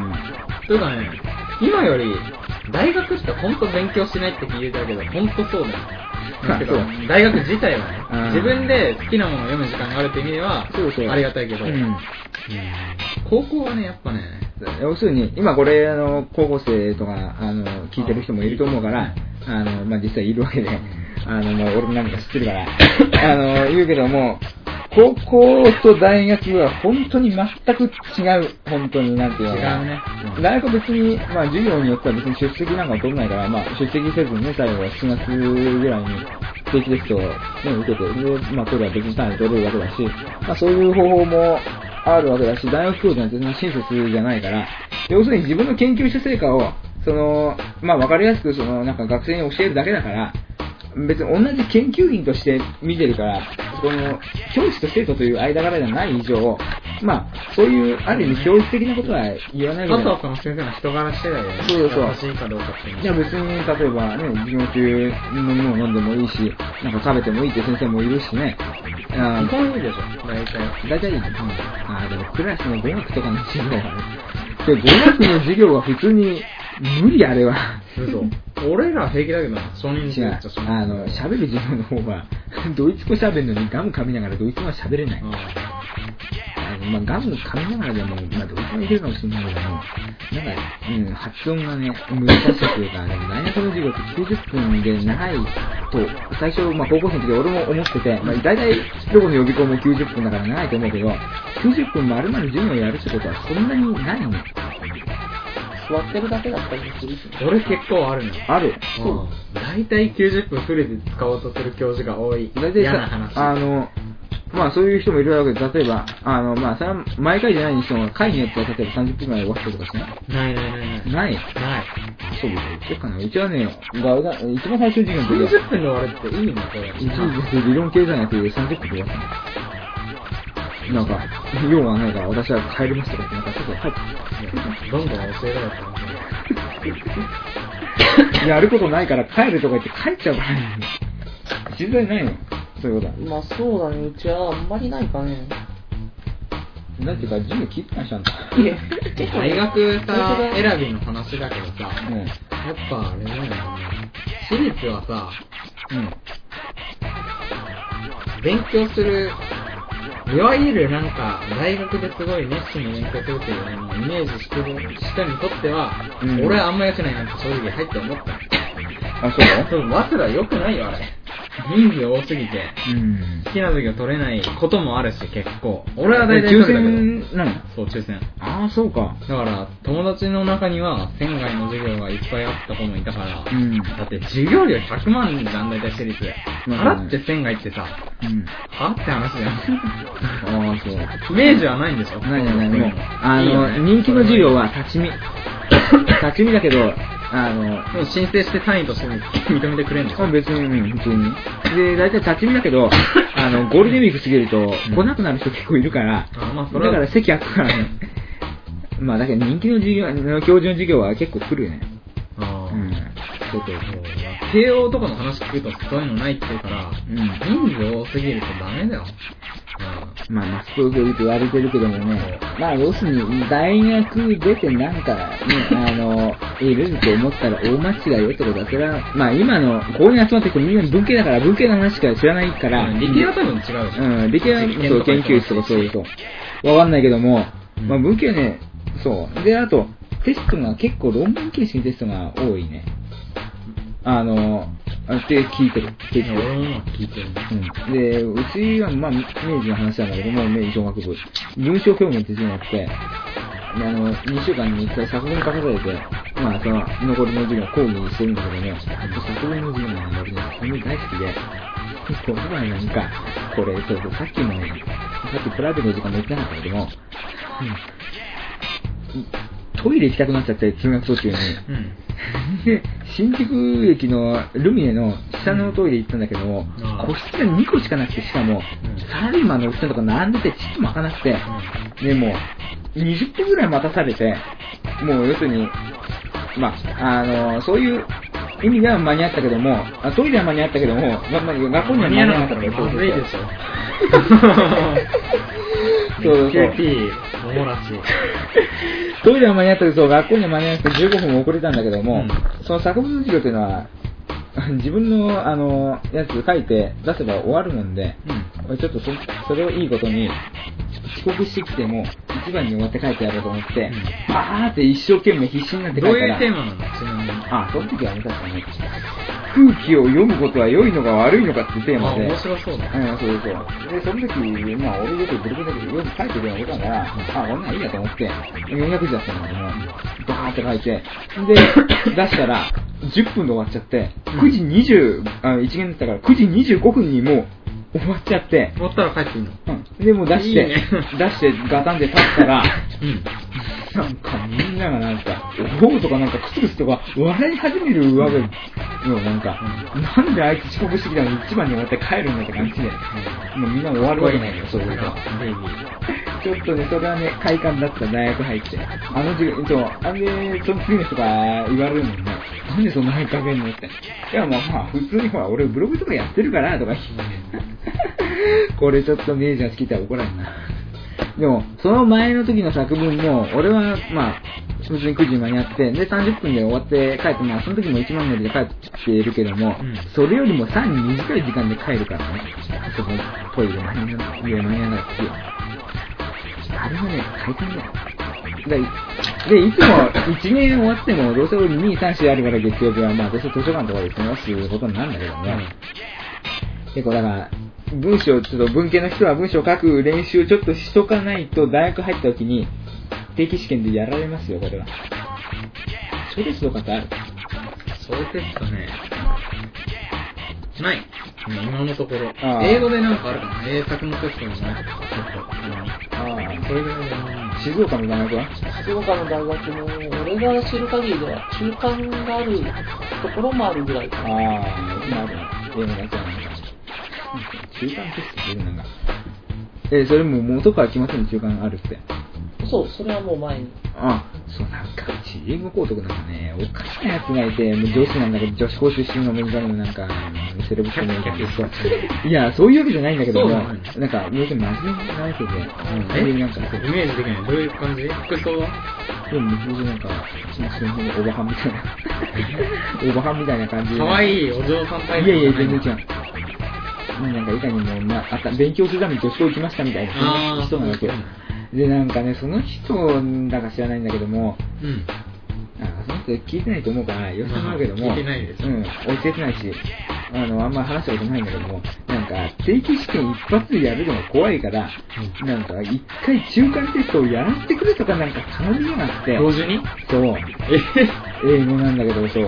というかね、今より、大学ってほんと勉強しないって聞いてたけど、ほんとそうだよ。だけど大学自体はね、自分で好きなものを読む時間があるって意味では、そうそうありがたいけど、うんうん、高校はね、やっぱね、 要するに、今これ、あの、高校生とか、あの、聞いてる人もいると思うから、あの、まあ、実際いるわけで、あの、まあ、俺も何か知ってるから、あの、言うけども、高校と大学は本当に全く違う、本当になんていうのかな。 違うね。 うん、大学は別に、まあ授業によっては別に出席なんか取れないから、まあ出席せずにね、最後はしちがつぐらいに定期テストを、ね、受けて、で、まあそれは別に単位取れるわけだし、まあそういう方法もあるわけだし、大学教授なんて全然親切じゃないから、要するに自分の研究した成果を、その、まあわかりやすくその、なんか学生に教えるだけだから、別に同じ研究員として見てるから、この教師と生徒という間柄ではない以上、まあそういうある意味教育的なことは言わないけど、 あとはその先生の人柄次第だよね。 そうそう。 優しいかどうかっていうの。 いや別に例えばね、授業中のものを飲んでもいいし、なんか食べてもいいって先生もいるしね。 あ基本いいでしょ。大体。 大体いい。うん、ああでもクラスの語学とかの授業はね、で語学の授業は普通に無理あれは。 嘘。俺ら平気だけどな、少人数違う。あの、喋る授業の方は、ドイツ語喋るのにガム噛みながらドイツ語は喋れない。ああのまあ、ガム噛みながらでも、まあ、ドイツ語いけるかもしれないけども、なんか、うん、発音がね、難しいというか、大学の授業ってきゅうじゅっぷんで長いと、最初、まあ、高校生の時俺も思ってて、まあ、大体、どこの予備校もきゅうじゅっぷんだから長いと思うけど、きゅきゅうじゅっぷん丸々授業やるってことはそんなにないの。 座ってるだけだったりするし。 俺結構あるの。 ある。 そう。大体きゅうじゅっぷんフルで使おうとする教授が多い。 大体嫌な話。 あの、まあそういう人もいるわけで、例えば、あの、まあそれは毎回じゃないにしても、回によっては例えばさんじゅっぷんまで終わったりとかしない？ ないないないない。 ないない。 そうですよ。言ってるかな。うちはね、がが一番最初の授業の時はさんじゅっぷんで終わるっていいのこれ。 一時理論経済学でさんじゅっぷんで終わったの。なんか、用がないから私は帰りますとかって、なんかちょっと帰って。 どんどん教えられたやることないから帰るとか言って帰っちゃうからね。実際ないのそういうことは。 まあそうだね、うちはあんまりないかね。 だっていうか、授業聞いてましたんだ。 いや、 大学さ、選びの話だけどさ、 うん、 やっぱあれだよね、私立はさ、 うん、 勉強する、いわゆるなんか、大学ですごい熱心に勉強するっていうのをイメージしてる人にとっては、うん、俺はあんま良くないなって正直入って思った。 あ、そうそう、早稲田良くないよ、あれ。人数多すぎて、 うん、 好きな授業取れないこともあるし、結構。俺は大体取れたけど。 抽選なの？ そう、抽選。 ああ、そうか。 だから、友達の中には、県外の授業がいっぱいあった子もいたから、 うん、 だって授業料ひゃくまんじゃん、大体私立で。払って県外ってさ、 うん、 はって話じゃん。 ああ、そう。 イメージはないんでしょ？ ないないない。もう、あの、いいね、人気の授業は立ち見。立ち見だけど、あの、 もう申請して単位として認めてくれるんですか？ 別に、うん、普通に。で、大体立ち見だけど、あの、ゴールデンウィーク過ぎると、来なくなる人結構いるから、 あ、まあ、それだから席空くからね。まあ、だけど人気の授業、教授の授業は結構来るよね。 ああ。 うん。そうそう。 慶応とかの話聞くとそういうのないって言うから、うん、人数多すぎるとダメだよ。 うん、まあ、マスコミ教育って言われてるけどもね、まあ、要するに、大学出てなんか、ね、あの、いると思ったら大間違いよってことは、それは、まあ、今の、ここに集まってる人みんな文系だから、文系の話しか知らないから、 うん、理系は多分違うでしょ。 うん、理系はそう研究室とかそういうそう。わかんないけども、うん、まあ、文系はね、そう。で、あと、テストが結構論文形式のテストが多いね。あの、って聞いてる。 聞いてる。聞いてる。 うん。で、うちは、まあ、明治の話なんだけども、明治小学部。文章教務っていうのがあって、あの、にしゅうかんにいっかい作文書かされて、まあ、その、残りの授業講義してるんだけども、作文の授業が俺ね、作文大好きで、この前なんか、これ、そうそう、さっきも、さっきプライベートの時間も言ってなかったけども、うんトイレ行きたくなっちゃって、通学途中に。うん、で、新宿駅のルミネの下のトイレ行ったんだけども、うん、個室がにこしかなくて、しかも、うん、サラリーマンのおっさんとか並んでて、ちっとも開かなくて、うん、で、もう、にじゅっぷんぐらい待たされて、もう要するに、まあ、あの、そういう意味では間に合ったけども、トイレは間に合ったけども、まあ、まあ、学校には間に合わなかったから、 まずいでしょ。 そうそう。 キューティー、おもらし。 トイレは間に合ったけど、学校には間に合わなくてじゅうごふんも遅れたんだけども、うん、その作文の授業っていうのは、自分の、あの、やつ書いて出せば終わるもんで、うん、ちょっとそそれをいいことに、遅刻してきても、一番に終わって書いてやろうと思って、うん、バーって一生懸命必死になって書いたら。 どういうテーマなのちなみに。 あ、その時はね、確かに。空気を読むことは良いのか悪いのかっていうテーマで。 あ、面白そうだ。 うん、そうそう。で、その時、まあ、俺よくブログだけど、よく書いてるようなことだから、あ、こんなんいいやと思って、よんひゃくじだったんだけども、バーって書いて、で、出したら、じゅっぷんで終わっちゃって、くじにじゅう、あ、一限だったから、くじにじゅうごふんにもう終わっちゃって、 終わったら帰っていいの？ うん。で、もう出して、いいね、出してガタンで立ったら、 うん。 なんかみんながなんか、おうとかなんかクスクスとか笑い始めるわけよ、なんか、うん、なんであいつ遅刻してきたのに一番に終わって帰るんだって感じで、うん、もうみんな終わるわけないよ、そういうの。ちょっとね、それはね、快感だった、大学入って。あの授業、そう、あれで、その次の人が言われるもんね、なんでそんなに書けんのって。いや、まあまあ、普通にほら、俺ブログとかやってるから、とか言って。これちょっと明治が好きって怒られんな。でも、その前の時の作文も、俺は、まあ、普通にくじに間に合って、で、さんじゅっぷんで終わって帰って、まあ、その時もいちまん乗りで帰っているけども、うん、それよりもさらに短い時間で帰るからね。そのトイレ間に合わなくて、あれはね、快感だよ。で、いつもいちねん終わっても、どうせ俺に、さん、よんあるから月曜日は、まあ、どうせ図書館とかで過ごすことになるんだけども、うん、結構だから、 文章、ちょっと文系の人は文章を書く練習をちょっとしとかないと、大学入った時に定期試験でやられますよ、これは。小テストとかってある？ 小テストね、ない。今のところ。 あ英語でなんかあるかな。英作のテストもないとか、ちょっと、あの、 ああ、 それぐらいだな。 静岡の大学は？ 静岡の大学も、俺が知る限りでは、中間があるところもあるぐらいかな。 ああ、今あるね。英語のやつはなんか。中間テストっていうのなんか。え、それもう元から決まってるの中間あるって。 そう、それはもう前に。 あ、そうなんかうち英語高徳なんかね、おかしなやつがいて、もう女子なんだけど、女子校出身のメンタルのなんか、セレブっていうか、いや、そういうわけじゃないんだけども、 そうななんんか、要するに真面目なわけで、 えでなんか、そうイメージできない。どういう感じ？服装は？ でも、普通なんか、普通におばはんみたいな、おばはんみたいな感じで。 かわいいお嬢さんタイプ。 いやいや、全然違う。なんか、いかにも、まあ、あった勉強するために女子校行きましたみたいな、そんな人なわけよ。で、なんかね、その人だか知らないんだけども、 うん。 なんかその人聞いてないと思うから言わせてもらうけども、 まあ聞いてないですうん、教えてないし、あの、あんまり話したことないんだけども、なんか、定期試験一発でやるのが怖いから、なんか、一回中間テストをやらせてくれとかなんか頼みやがって、 同時に？ そう、英語なんだけど、そう。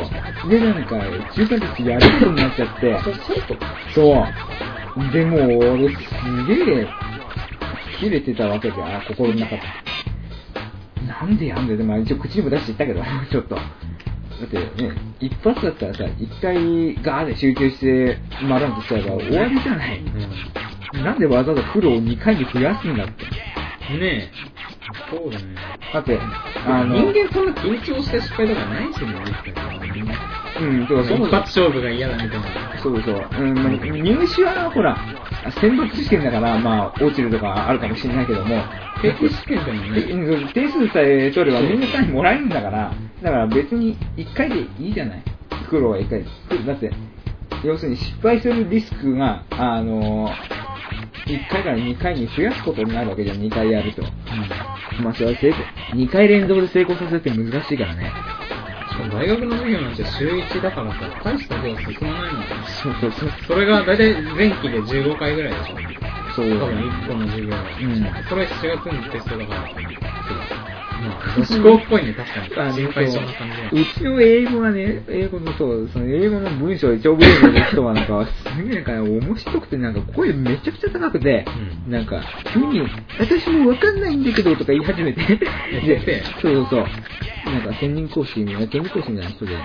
で、なんか、中間テストやることになっちゃって、 それ生徒そう。でも、俺、すげえ、切れてたわけで、あ、心の中で。なんでやんだよ。でも一応口にも出して言ったけど、ちょっと。だってね、一発だったらさ、一回ガーで集中して回らんとしちゃえば終わりじゃない。うん、なんでわざわざ苦労をにかいに増やすんだって。 ねえ。そうだね。 だって、あの、 人間そんな緊張して失敗とかないしね、実際。 うん、そうそう。 一発勝負が嫌だみたいな。 そうそう。うん、まあ、入試はほら、選抜試験だから、まあ、落ちるとかあるかもしれないけども、 定期試験でもね。 点数さえ取ればみんな単位もらえるんだから、だから別にいっかいでいいじゃない。苦労はいっかい。だって、要するに失敗するリスクが、あの、いっかいからにかいに増やすことになるわけじゃん、にかいやると。うん、まあ、それは成功、にかい連続で成功させるって難しいからね。 大学の授業なんて週いちだからさ、大した量進まないもんね。 そうそうそう。 それが大体前期でじゅうごかいぐらいでしょ。 そう。 多分いっこの授業が。 うん。 それしちがつにテストだから。そう。まあ、女子校っぽいね、確かに。心配性な感じが。 うちの英語がね、英語のそう、その英語の文章で長文英語の人はなんか、すげえなんか面白くて、なんか声めちゃくちゃ高くて、うん、なんか、急に、私もわかんないんだけどとか言い始めて、で、そうそうそう。なんか専任講師みたいな、専任講師みたいな人で、うん、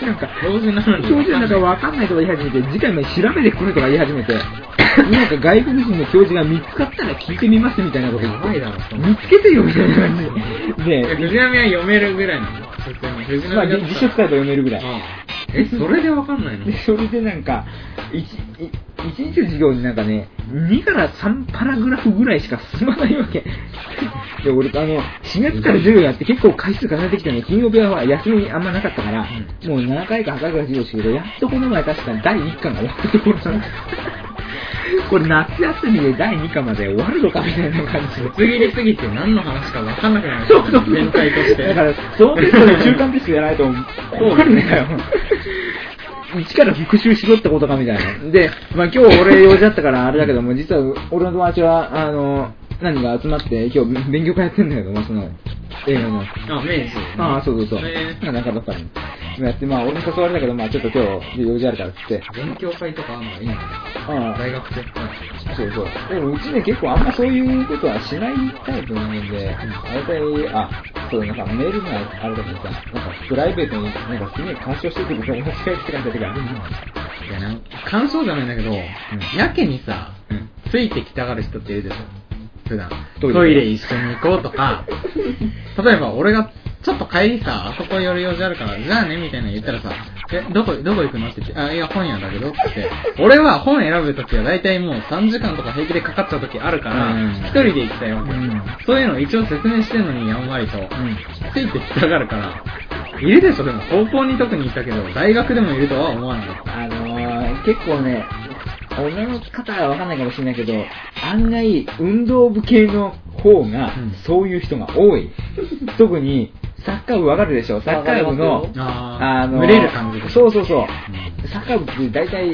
なんか、 教授なのに。 教授なんかわかんないとか言い始めて、次回まで調べてくるとか言い始めて、なんか外国人の教授が見つかったら聞いてみますみたいなこと言って、見つけてよみたいな感じで。 で、藤波は読めるぐらいなの。普通に藤波まあ、辞書使えば読めるぐらい。 ああえ、それでわかんないの？ で、それでなんか、いち、いちにちの授業になんかね、にからさんパラグラフぐらいしか進まないわけ。で、俺、あの、しがつから授業やって結構回数重ねてきたのに、金曜日は休みあんまなかったから、うん、もうななかいかはちかいから授業してるけど、やっとこの前確かにだいいっかが終わったところなの。これ夏休みでだいにかまで終わるのかみたいな感じで。 ぶつ切りすぎて何の話か分かんなくなる。そうそう。全体として。 だから、そのテストで中間テストやらないと分かるんだよ。一から復習しろってことかみたいな。で、まあ今日俺用事だったからあれだけども、実は俺の友達は、あの、何が集まって今日勉強会やってんだけども、その、映画の。 あ、明治。 ああ、そうそうそう。 えー、 なんかだったの。やって、まあ俺も誘われたけど、まあちょっと今日用事あるからっつって。 勉強会とかあるのがいいのかな。ああ。大学生。 そうそう。でもうちね、結構あんまそういうことはしないタイプなので、うん、大体、あ、そう、なんかメールがあるときにさ、なんかプライベートになんかすげえ干渉してくる友達がいるって感じだけど、あるの？ いやな、干渉じゃないんだけど、うん、やけにさ、うん、ついてきたがる人っているでしょ。普段。トイレ一緒に行こうとか、例えば俺がちょっと帰りさ、あそこ寄る用事あるから、じゃあねみたいな言ったらさ、え、どこ、どこ行くのって言って、あ、いや、本屋だけどって言って、俺は本選ぶときは大体もうさんじかんとか平気でかかっちゃうときあるから、一人で行きたいわけ、うん。そういうのを一応説明してんのにやんわりと、うん、ついてきたがるから、いるでしょ、でも高校に特にいたけど、大学でもいるとは思わなかった。 あのー、結構ね、女の方はわかんないかもしれないけど、案外運動部系の方がそういう人が多い。うん、特にサッカー部わかるでしょ。サッカー部のあの群れる感じで。 そうそうそう。うん、サッカー部って大体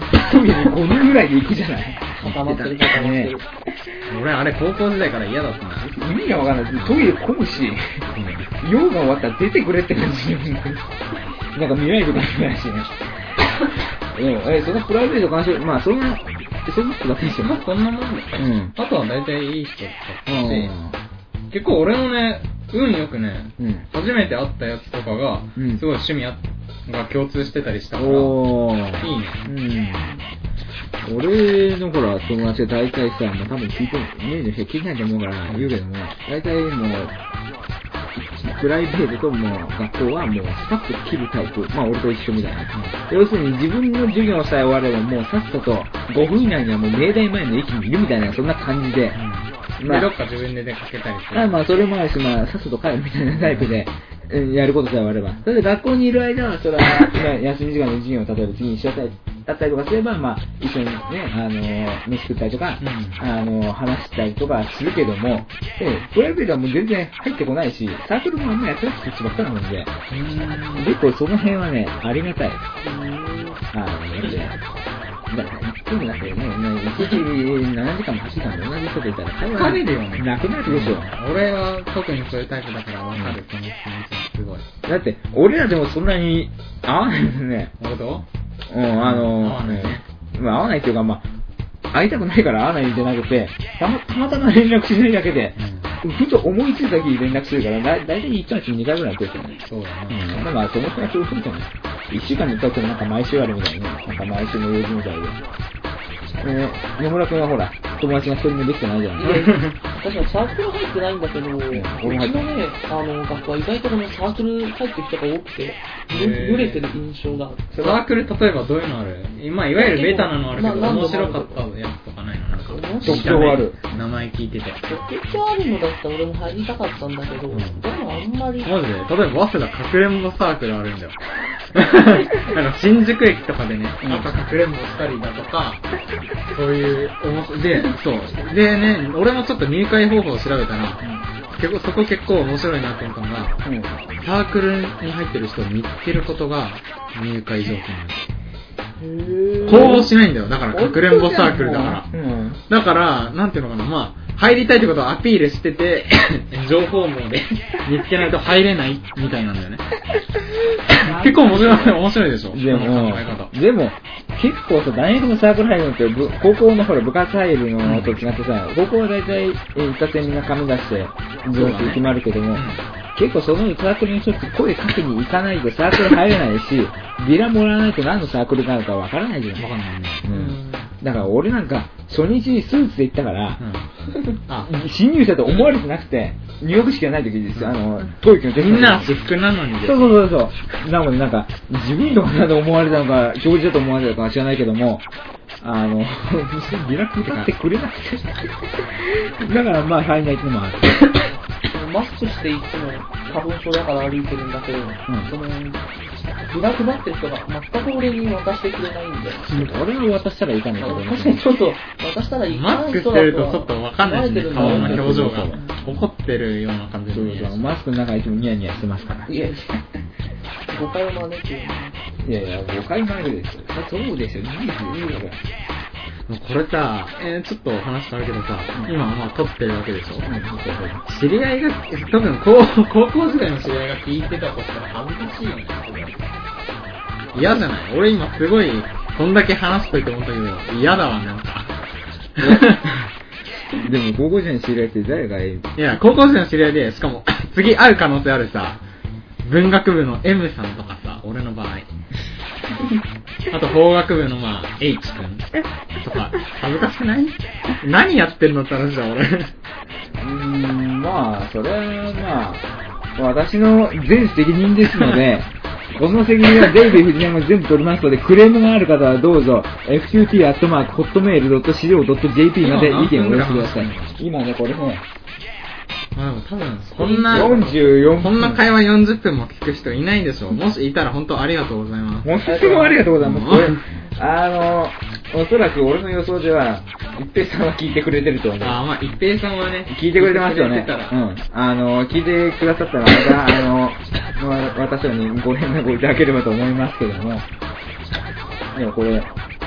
トイレごにんぐらいで行くじゃない。 固まってる固まってる。 俺あれ高校時代から嫌だったな。 意味がわかんない。トイレ混むし、用が終わったら出てくれって感じ。なんか見ないとかないしね。でも、え、そのプライベート関係、まあそんな、そんな人だけでしょ。 まあそんなもんだよ。 うん。 あとは大体いい人だったし、結構俺のね、運よくね、うん、初めて会ったやつとかが、うん、すごい趣味が共通してたりしたから、おいいね。 うん、俺のほら、友達は大体さ、もう多分聞いてる、イメージの人聞いてないと思うから言うけども、大体もう、プライベートともう学校はもうスパッと切るタイプ。まあ俺と一緒みたいな。うん、要するに自分の授業さえ終わればもうさっさとごふん以内にはもう明大前の駅にいるみたいな、そんな感じで。 うん、まあ、で、どっか自分で出かけたりする。 あまあそれもあるし、まあさっさと帰るみたいなタイプで。やることさえ終われば。それで学校にいる間は、それは、休み時間の授業を例えば次にしちゃったり、だったりとかすれば、まあ、一緒にね、あの、飯食ったりとか、うん、あの、話したりとかするけども、で、プライベートはもう全然入ってこないし、サークルもあんまやってなくてしばっかなもんで、結構その辺はね、ありがたい。あの、ね、だから、いつもだってね、いちにちななじかんも走ったんで同じ人といたら会話疲れるよね。 なくなるでしょ。 俺は特にそういうタイプだから分かる、その気持ちすごい。 だって、俺らでもそんなに合わないですね。 俺とうん、あの、合わないね。まあ合わないっていうか、まあ、会いたくないから会わないんじゃなくて、たまたまたま連絡しないだけで、うん、ふと思いついた時に連絡するから、だいたいいっかげつににかいぐらい来るよね。 そうだね。 うん。だからその人がそうするじゃない。いっしゅうかんにいっかいってなんか毎週あるみたいなね。なんか毎週の用事みたいで。えー、野村くんはほら、友達が一人もできてないじゃん。 私はサークル入ってないんだけど、うちのね、あの、学校は意外とこのサークル入ってる人が多くて、ブレてる印象がある。 サークル例えばどういうのある？今、いわゆるベタなのあるけど、面白かったやつとかないの？なんか、 特徴ある。 名前聞いてて。 特徴あるのだったら俺も入りたかったんだけど、うん、でもあんまり。 マジで？例えば、早稲田かくれんぼサークルあるんだよ。なんか新宿駅とかでね、なんかかくれんぼしたりだとか、そういう、で、そう。でね、俺もちょっと入会方法を調べたら、結構そこ結構面白いなって思ったのが、うん、サークルに入ってる人を見つけることが入会条件なんです。公募しないんだよ。だからかくれんぼサークルだから、うん、だからなんていうのかな、まあ入りたいってことをアピールしてて情報網で見つけないと入れないみたいなんだよね。結構面白い面白いでしょ。 でもでも結構さ、大学のサークル入るのって高校のほら部活入るのと違ってさ、高校は大体一達みんな紙出して上手決まるけども、結構そのサークルにちょっと声かけに行かないとサークル入れないし、ビラもらわないと何のサークルなのかわからないじゃん。 わかんないね。 うん。だから俺なんか初日にスーツで行ったから、うん、あ新入生と思われてなくて、入学式がない時です、うん、あの、トイックのテスト。みんな私服なのにです。 そうそうそうそう。なのでなんか、自分とかだと思われたのか、教授だと思われたのか知らないけども、あの、ビラ配ってくれなくて。だからまあ入んないっていうのもある。 マスクしていつも花粉症だから歩いてるんだけど、うん、そのビラ配ってる人が全く俺に渡してくれないんで、 うん、俺は渡したらいかないけど、 ね、確かにちょっと渡したらいかない人だとマスクしてるとちょっと分かんないし、ね、顔の表情が怒ってるような感じで見える。 そうそう、マスクの中いつもニヤニヤしてますから。 いやいや誤解を招くよね。 いやいや誤解招くですよ。そうですよ、いいですよ、いいですよ。 これさ、えー、ちょっと話変わるけどさ、うん、今まあ撮ってるわけでしょ、うん、知り合いが、多分高高校時代の知り合いが聞いてたとしたら恥ずかしいよね。嫌じゃない？俺今すごい、こんだけ話しといて思ったけど、嫌だわ、なんか。 でも高校時代の知り合いって誰がいい？ いや、高校時代の知り合いで、しかも、次会う可能性あるさ、文学部の M さんとかさ、俺の場合。あと法学部のまあ H 君とか恥ずかしくない？何やってんのって話だ俺。うーん、まあそれはまあ私の全責任ですのでこの責任はデイビー藤山全部取りますので、クレームがある方はどうぞ エフキューティー アットマーク ホットメール ドット シーオー ドット ジェーピー まで意見をお寄せください。今ねこれね。 まあ、多分こんなよんじゅうよんこんな会話よんじゅっぷんも聞く人いないでしょ。もしいたら本当ありがとうございます。 もしもありがとうございます。これあのおそらく俺の予想では一平さんは聞いてくれてると思う。 ああ、まあ一平さんはね聞いてくれてますよね。うん。あの聞いてくださったらまたあの私らにご連絡をいただければと思いますけども。でもこれ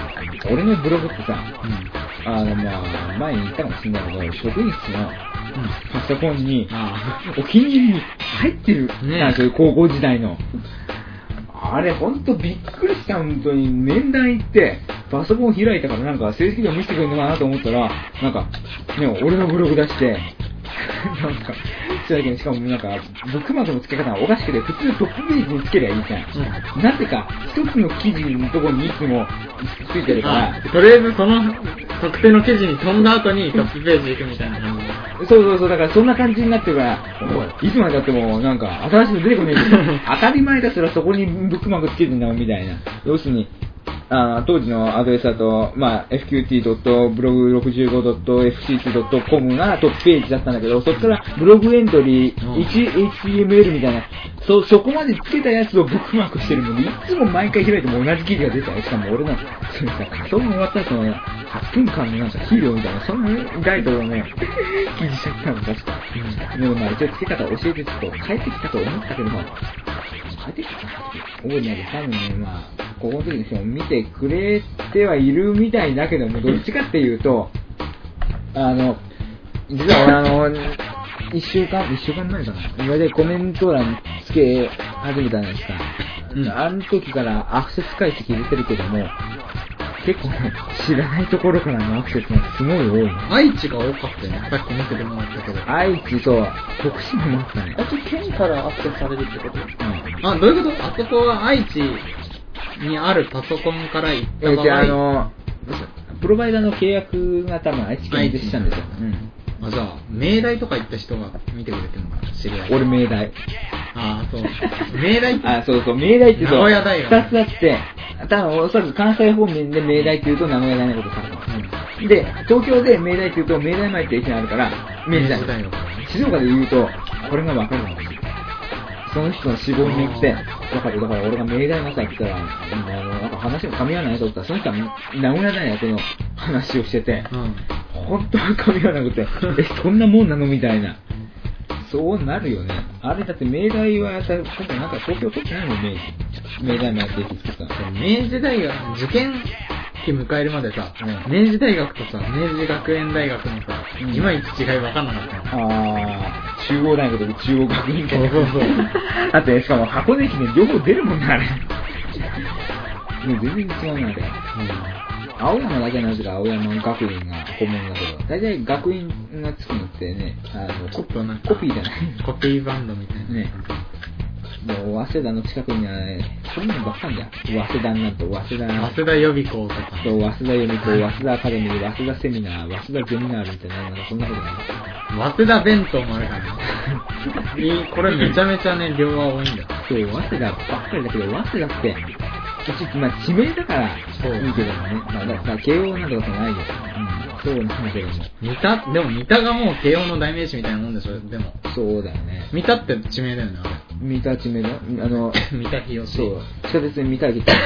俺のブログってさ、うん、あの、まあ、前に言ったかもしれないけど、職員室のパソコンに、うん、お気に入りに入ってる、ね、そういう高校時代の。あれ、ほんとびっくりした、本当に。面談行って、パソコン開いたからなんか成績を見せてくれるのかなと思ったら、なんか、ね、俺のブログ出して、なんか、しかもなんか、ブックマークの付け方がおかしくて、普通トップページにつけりゃいいじゃん。うん、なぜか、一つの記事のところにいつもついてるから。 とりあえずその特定の記事に飛んだ後にトップページ行くみたいな感じ。 そうそうそう、だからそんな感じになってるから、いつまでだってもなんか、新しいの出てこないけど、当たり前だすらそこにブックマークつけてんだもんみたいな。要するに、あ当時のアドレスだと、まあ、エフキューティードットブログろくじゅうごドットエフシーツードットコム がトップページだったんだけど、そこからブログエントリー いちエイチティーエムエル みたいな、そ、そこまでつけたやつをブックマークしてるのに、いつも毎回開いても同じ記事が出たよ。しかも俺の、それさ、その終わった後のはっぷんかんのなんかヒーローみたいな、そんなタイトルのね、記事しちゃったの、確か。うん、でもまあ一応つけ方教えてちょっと帰ってきたと思ったけども、帰ってきた覚えないで多分ね、まあ、ここの時にしても見てくれてはいるみたいだけども、どっちかっていうと、あの、実は俺あの、一週間、一週間前かな。今までコメント欄つけ始めたんですか。うん、あの時からアクセス解析入れてるけども、結構ね、知らないところからのアクセスがすごい多い、ね。 愛知が多かったよね。さっき見せてもらったけど。 愛知、そう、徳島もあったね。 あっち県からアクセスされるってこと？うん。あ、どういうこと？あそこは愛知にあるパソコンから行った場合。えー、じゃあ、あの、 プロバイダーの契約が多分愛知県でしたんですよ。うん。 あ、じゃあ、明大とか行った人が見てくれてるのかな、知り合い。 俺、明大。 ああ、そう。明大って。 あ、そうそう、明大って言うと、 名古屋大学。 二つあって、多分おそらく関西方面で明大って言うと名古屋大のことされてます。うん、で、東京で明大って言うと、明大前って駅があるから、明治大学。静岡で言うと、これが分かるんですよ。その人の死亡によって、分かる。だから俺が明大のさ、来たら、あの、なんか話が噛み合わないと思ったら、その人は名古屋大学の話をしてて、うん、本当は噛み合わなくて、え、そんなもんなのみたいな。そうなるよね。あれだって明大はやったら、今回なんか東京取ってないの明治。明大もやっていくって言ったの。 明治大学、受験期迎えるまでさ、うん、明治大学とさ、明治学園大学のさ、うん、いまいち違い分かんなかったの。 あー、中央大学と中央学院大学。そうそうそう。だって、しかも箱根駅伝両方出るもんな、あれ。ね、全然違うな、あれ。うん青山だけなぜか青山学院が顧問だけど、大体学院がつくのってね、あのココピーじゃないコピーバンドみたいなね。 もう早稲田の近くにはね、そういうのばっかりだよ。早稲田になると早稲田、 早稲田予備校とか、 そう早稲田予備校、早稲田アカデミー、早稲田セミナー、早稲田ゼミナーみたいな、なんかそんなことない。 早稲田弁当もあるからね。これめちゃめちゃね、量が多いんだよ。 そう、早稲田ばっかりだけど、早稲田って、まあ、地名だからいいけどもね。まあ、だから慶応なんてことないですよ。うん。そうなんだけども。 三田、でも三田がもう慶応の代名詞みたいなもんでしょ、でも。 そうだよね。 三田って地名だよね、あれ。 三田地名だあの、 三田日吉。 そう。地下鉄に三田駅って。そう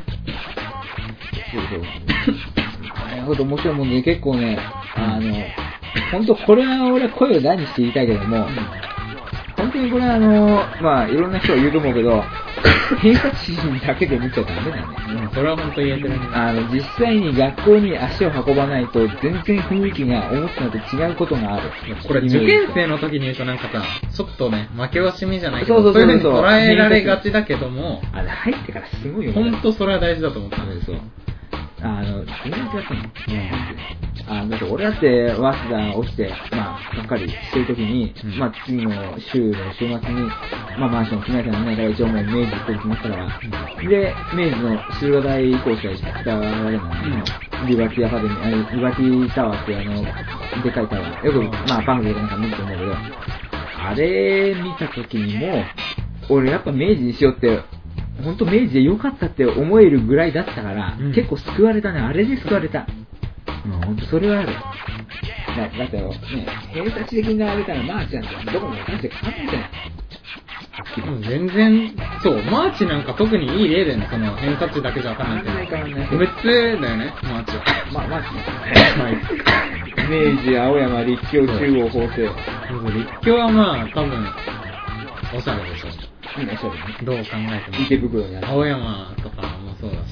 そう。なるほど、面白いもんで、結構ね、あの、本当これは俺は声を大にして言いたいけども、うん、本当にこれはあの、まあ、いろんな人が言うと思うけど、偏差値だけで見ちゃダメだね。 うん、それは本当言えてるね。 あの、実際に学校に足を運ばないと、全然雰囲気が思ったのと違うことがある。 これ受験生の時に言うとなんかさ、ちょっとね、負け惜しみじゃないけど、そうそうそうそう、そういう風に捉えられがちだけども、 あれ入ってからすごいよね。本当それは大事だと思ったんですよ。 あの、全然違ったの。うん。あだって俺だって、早稲田落ちて、まあ、がっかりしてるときに、うん、まあ、次の週の週末に、まあ、マンション決めなきゃならないから、一応もう明治行って決まったから、うん、で、明治の駿河台校舎に行ったわけなの、うん、リバティアカデミー、あリバティタワーっていうあの、でかいタワー、よく、まあ、パンフレットなんか見ると思うけど、あれ見たときにも、俺やっぱ明治にしようって、本当明治で良かったって思えるぐらいだったから、うん、結構救われたね。あれで救われた。うん、本当それはある。だ, だってよ、ね、偏差値的に並べたらマーチなんてどこも大して変わんないじゃない。 うん、全然、そう、マーチなんか特にいい例だよね、その偏差値だけじゃわかんないけど。変わんない変わんない。別だよね、マーチは。 まあ、マーチ明治、青山、立教、中央、法政。 立教はまあ、多分、おしゃれでしょ。 うん、おしゃれね。 どう考えても。 池袋にある。 青山とかもそうだし。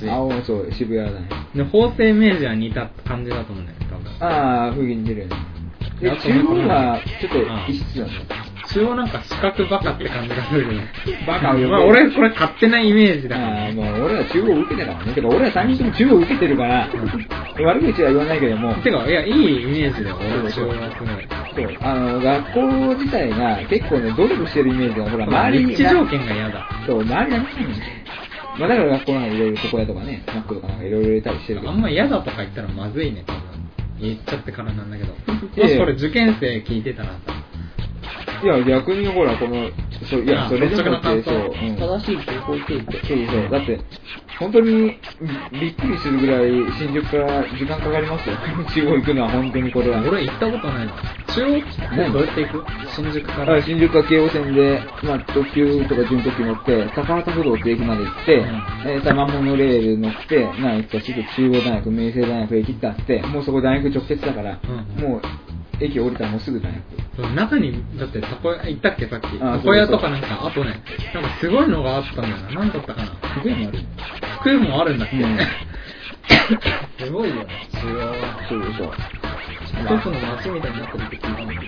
し。 青もそう、渋谷だね。 で、法政明治は似た感じだと思うんだよね、多分。 ああ、雰囲気似てるよね。で、中央はちょっと異質だね。 中央なんか四角バカって感じがするよね。 バカをまあ俺、これ勝手なイメージだから。 ああ、もう俺ら中央受けてたからね。てか俺らさんにんとも中央受けてるから、悪口は言わないけども。 てか、いや、いいイメージだよ、俺中央はすごい。 そう、あの、学校自体が結構ね、努力してるイメージが、ほら、周りに。 立地条件が嫌だ。 そう、周りがね。まあだから学校なんかいろいろ床屋とかね、マックとかなんかいろいろ入れたりしてるけど。 あんま嫌だとか言ったらまずいね、多分。言っちゃってからなんだけど。もしこれ受験生聞いてたらさ。 いや、逆にほら、この、そう、いや、それでもって、そう、うん、 正しい情報提供。 そうそう、だって、本当にびっくりするぐらい新宿から時間かかりますよ。中央行くのは本当にこれは。 俺行ったことないの。中央ってどうやって行く？新宿から。 新宿か京王線で、まあ、特急とか準特急乗って、高畑不動って駅まで行って、うん、えー、玉モノレール乗って、なんかすぐ中央大学、明星大学駅ってあって、もうそこ大学直結だから、うん、もう、駅降りたらもうすぐ大学。 中に、だってたこ屋、行ったっけさっき。たこ屋とかなんか、あとね、なんかすごいのがあったんだよな。なんだったかな。 福屋もある福屋もあるんだっけ、うん、 すごいよね、中央は。 そうそう。 一つの街みたいになってるって聞いたんだけど。ね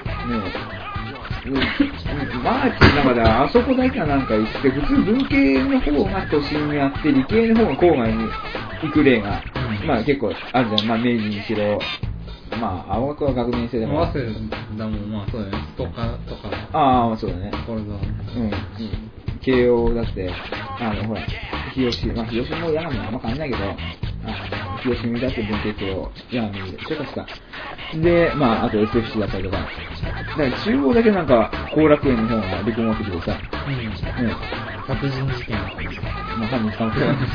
え。マーチの中ではあそこだけはなんか行って、普通文系の方が都心にあって、理系の方が郊外に行く例が、うん、まあ結構あるじゃん。まあ明治にしろ。まあ、青学は学年生でも。 早稲田も、まあそうだよね。ストカとか。 ああ、そうだね。 これだ。 うん。慶応だって、あの、ほら、日吉、まあ日吉も矢神あんま変わんないけど、あの、日吉見だって文系と矢神でしょ、確か。で、まあ、あと エスエフシー だったりとか。だから中央だけなんか、後楽園の方が離婚学部でさ、 うん。ね、殺人事件。 まあ、犯人捕まってた。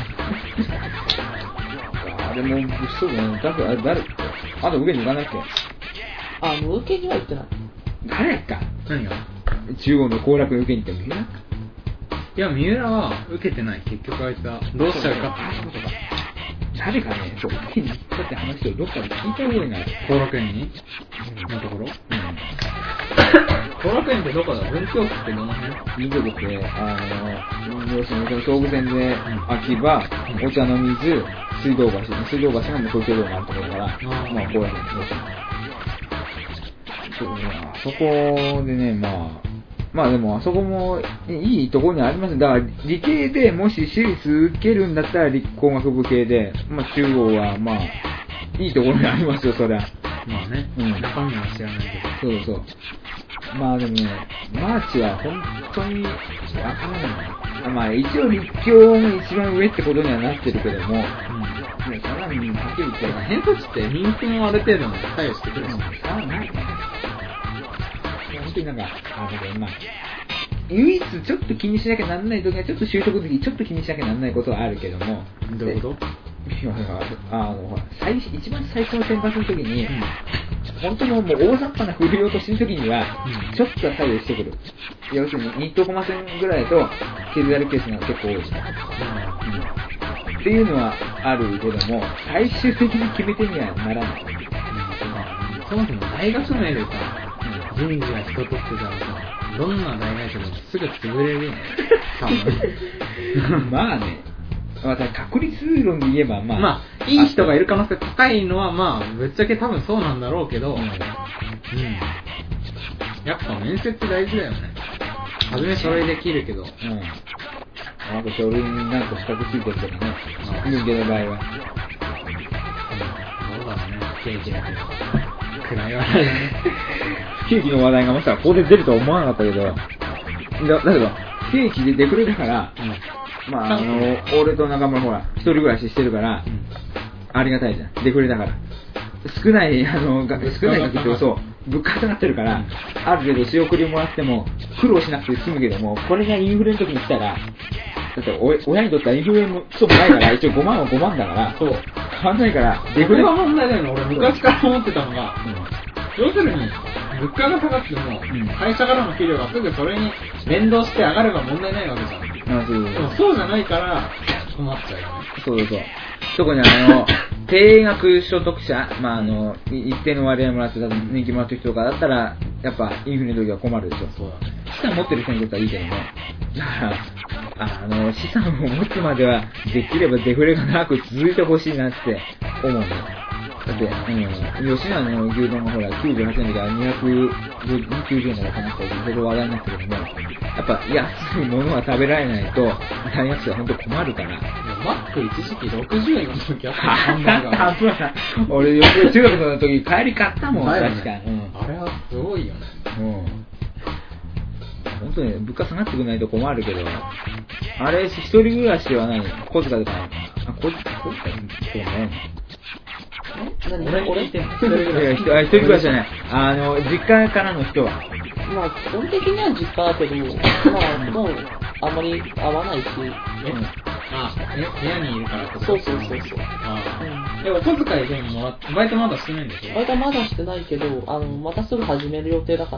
あれも物騒だね。だから、誰、あと受けに行かないっけ？ あ、もう受けには行ってない。 誰か。 何が？ 中央の後楽園受けに行ったの？ いや、三浦は受けてない。結局あいつは。どうしちゃうかって。 そうそうか。誰かね、そう、受けに行ったって話をどっかで聞いた覚えない。 後楽園に？のところ？うん。後楽園ってどこだ？文京区ってどの辺？ 文京区って、あの、要するにその総武線で秋葉、うん、お茶の水、水道橋、水道橋がもう東京ドームがあるところだから、まあ、後楽園そうね、あそこでね、まあ、まあでもあそこもいいところにあります。だから理系でもし私立受けるんだったら理工学部系で、まあ中央はまあ、いいところにありますよ、そりゃ。 まあね、うん、中身は知らないけど。 そうそう。まあでもね、マーチは本当にわからない。まあ一応立教の一番上ってことにはなってるけども、うん、ね、そんなにはっきり言って偏差値って人気もある程度の左右してくるし、 うん、あないかな。本当になんか、あの、まあ、唯一ちょっと気にしなきゃなんない時は、ちょっと習得の時ちょっと気にしなきゃなんないことはあるけども。 どういうこと？ いやいや、あの、ほら、最一番最初の選抜の時に、うん、本当にもう大雑把な振り落としの時には、うん、ちょっとは左右してくる。要するに、ニットコマ線ぐらいと、削られるケースが結構多い。うんうん、っていうのはあるけども、最終的に決め手にはならない。うん、 そもそも大学名でさ、人事が人とってたらさ、どんな大会社でもすぐ潰れるよね。 まあね。まあ、確率論で言えば、まあ。 まあ、いい人がいる可能性高いのは、まあ、ぶっちゃけ多分そうなんだろうけど、うん。うん、やっぱ面接大事だよね。はじめ書類できるけど。うん。 あと書類になんか資格ついてるとかね。人間の場合は。 うん。どうだろうね。不景気だけど。暗い話題だね。 不景気の話題がまさかここで出るとは思わなかったけど。だ、だけど、不景気でデクレだから、うん、まあ、あの、俺と中村ほら、一人暮らししてるから、うん、ありがたいじゃん。デクレだから。少ない、あの、が少ない額ってそう、物価上がってるから、うん、ある程度仕送りもらっても、苦労しなくて済むけども、これがインフレの時に来たら、だって親にとってはインフレもクソもないから、一応ごまんはごまんだから、そう。変わんないから、 デフレが問題だよね。俺昔から思ってたのが、うん、要するに、物価が下がっても、うん、会社からの給料がすぐそれに連動して上がれば問題ないわけじゃん。あ、そうそうそう。でもそうじゃないから困っちゃうよね。 そうそうそう。特にあの、低額所得者、まああの、一定の割合もらってた人気もらってる人とかだったら、やっぱインフレの時は困るでしょ。そうだね。資産持ってる人にとってはいいけども。だから、 あの、資産を持つまでは、できればデフレが長く続いてほしいなって思うね。だって、うん、吉野の牛丼がほら、きゅうじゅうはちねんからにひゃくきゅうじゅうえんだからかなって、それで話題になったけども、やっぱ安いものは食べられないと、大学生は本当困るから。 マック一時期ろくじゅうえんの時あったハンバーガー。 あそうだ俺、よく中学の時帰り買ったもん、確かに、うん。 あれはすごいよね。 うん。本当に物価下がってくれないと困るけど、あれ、一人暮らしは何小遣いとか、あ、小遣いそうね。 何俺これ聞いてんの？ いや、一人暮らしじゃない。あの、実家からの人は。 まあ、基本的には実家だけど、まあ、普段あんまり会わないし。 えあ、え、部屋にいるからってこと？ そうそうそうそう。 ああ。でもお小遣いでももらって、バイトまだしてないんでしょ？ バイトはまだしてないけど、あの、またすぐ始める予定だから、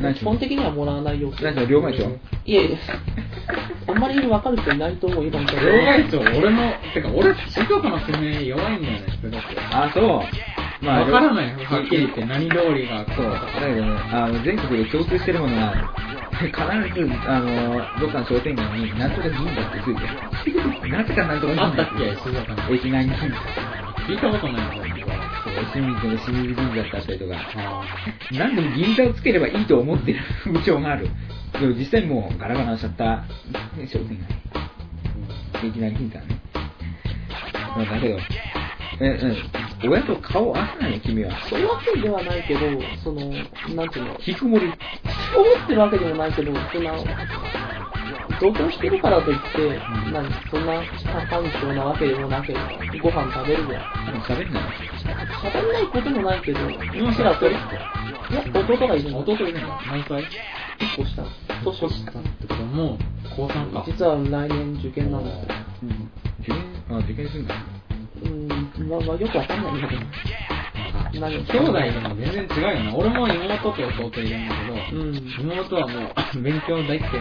基本的にはもらわない予定。 何それ、両替長？ いえいえ、あんまり分かる人いないと思う、今のところ。 両替長、俺も、てか俺、静岡の地名弱いんだよね、すごく。 あ、そう。まあ、 わからないよ、はっきり言って。何通りが。 そう。だけどね、あの、全国で共通してるものが、必ず、あの、どっかの商店街に、なんとか銀座ってついてる。なぜかなんとか銀座。 あったっけ、静岡の。 駅南銀座。 聞いたことないんだよ、 そう、清水の清水銀座だったりとか。何でも銀座をつければいいと思ってる風潮がある。でも実際もうガラガラしちゃった商店街。駅南銀座ね。だけど、え、うん。親と顔合わせないの君は。 そういうわけではないけど、その、なんていうの、 引きこもり。 引きこもってるわけでもないけど、そんな、同居してるからといって、うん、何、そんな過干渉なわけでもなければ、ご飯食べるじゃん。 喋んない喋んないこともないけど、今しらと、いや、弟がいるの。 弟いるの何歳？ いっこ下。年下。 ってこともう、高さんか。 実は来年受験なんだけど。 うん。受験あ、受験するんだ。 うん、まあ、まあ、よくわかんないんだけど。 何兄弟でも全然違うよな。俺も妹と弟いるんだけど、うん、妹はもう勉強大嫌いみたいで。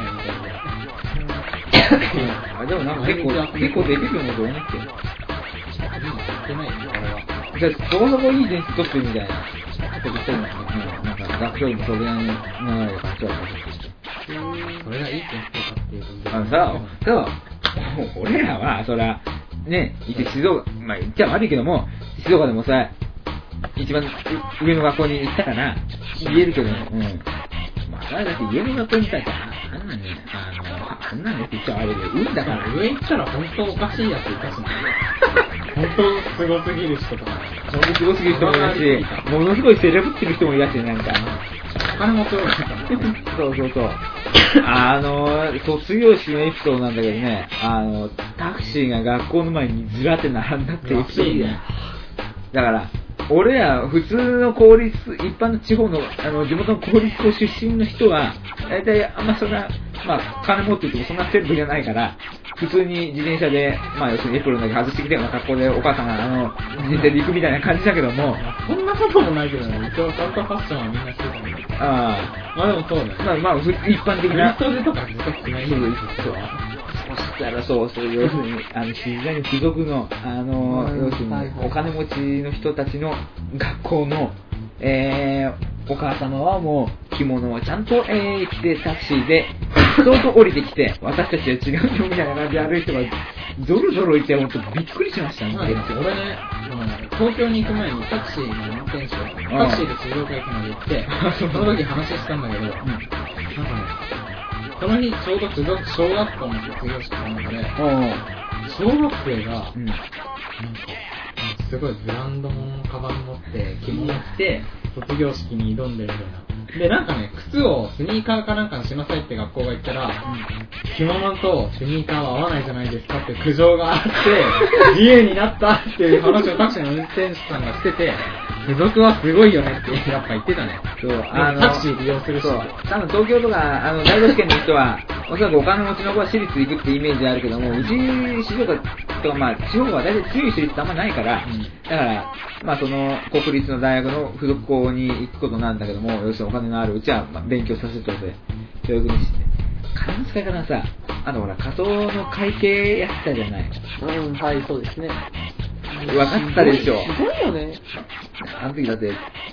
あ、でもなんか結構、結構できるよね、どうなって。 うん、ってないよ、俺は。 じゃあ、そこそこいい点数取ってるみたいなこと言ってるんだけど、なんか学校にもそれなりに長い感じはあるんですけど。 それがいい点数かっていうと。 あのさ、さ、俺らは、そら、ね、いて静岡、まあ言っちゃ悪いけども、静岡でもさ、一番上の学校に行ったから言えるけど、うん。まあ、だって上の学校に行ったら、あんなね、あの、あんなねって言っちゃ悪いけど、運だから。 上行ったら本当おかしいやついたしね。本当すごすぎる人とか。 本当すごすぎる人もいるし、ものすごいセレブってる人もいるし、なんか。 お金持ち多いから。 そうそうそう。あの、卒業式のエピソードなんだけどね、あの、タクシーが学校の前にずらって並んだってエピソードね。だから、俺ら普通の公立、一般の地方の、あの、地元の公立校出身の人は、大体あんまそんな、まあ、金持っててもそんなセレブじゃないから、普通に自転車で、まあ、要するにエプロンだけ外してきたような格好でお母さんが、あの、自転車で行くみたいな感じだけども。 そんなこともないけどね、一応ちゃんとファッションはみんなしてたね。 ああ。まあでもそうだね。 まあまあ、一般的な。 人手とかずっとしないんだよ。 そう。そしたらそうそう、要するに、あの、静かに付属の、あの、要するに、お金持ちの人たちの学校の、えー、お母様はもう着物をちゃんと、えー、着てタクシーでそうと降りてきて、私たちは違うよみたいな感じで歩いてはゾロゾロいて、本当びっくりしましたね。 俺ね、東京に行く前にタクシーの運転手、タクシーで静岡駅まで行って、その時話したんだけど、うん、なんかね、この日ちょうど付属小学校の卒業式の中で、小学生が、うん、なんかすごいブランド物のカバン持って着物着て卒業式に挑んでるみたいな。で、なんかね、靴をスニーカーかなんかにしなさいって学校が言ったら、うん、着物とスニーカーは合わないじゃないですかって苦情があって、自由になったっていう話をタクシーの運転手さんがしてて、付属はすごいよねってやっぱ言ってたね。そう、あのタクシー利用するし。そう。 多分東京とか、あの、大都市圏の人は、おそらくお金持ちの子は私立行くってイメージあるけども、うち、静岡とか、まあ、地方は大体強い私立ってあんまないから、うん、だから、まあ、その、国立の大学の付属校に行くことなんだけども、要するにお金のあるうちは、まあ、勉強させておいて、教育にして。金の使い方はさ、あの、ほら、仮想の会計やってたじゃない。 うん、はい、そうですね。 分かったでしょ。 すごいよね。 あの時だって、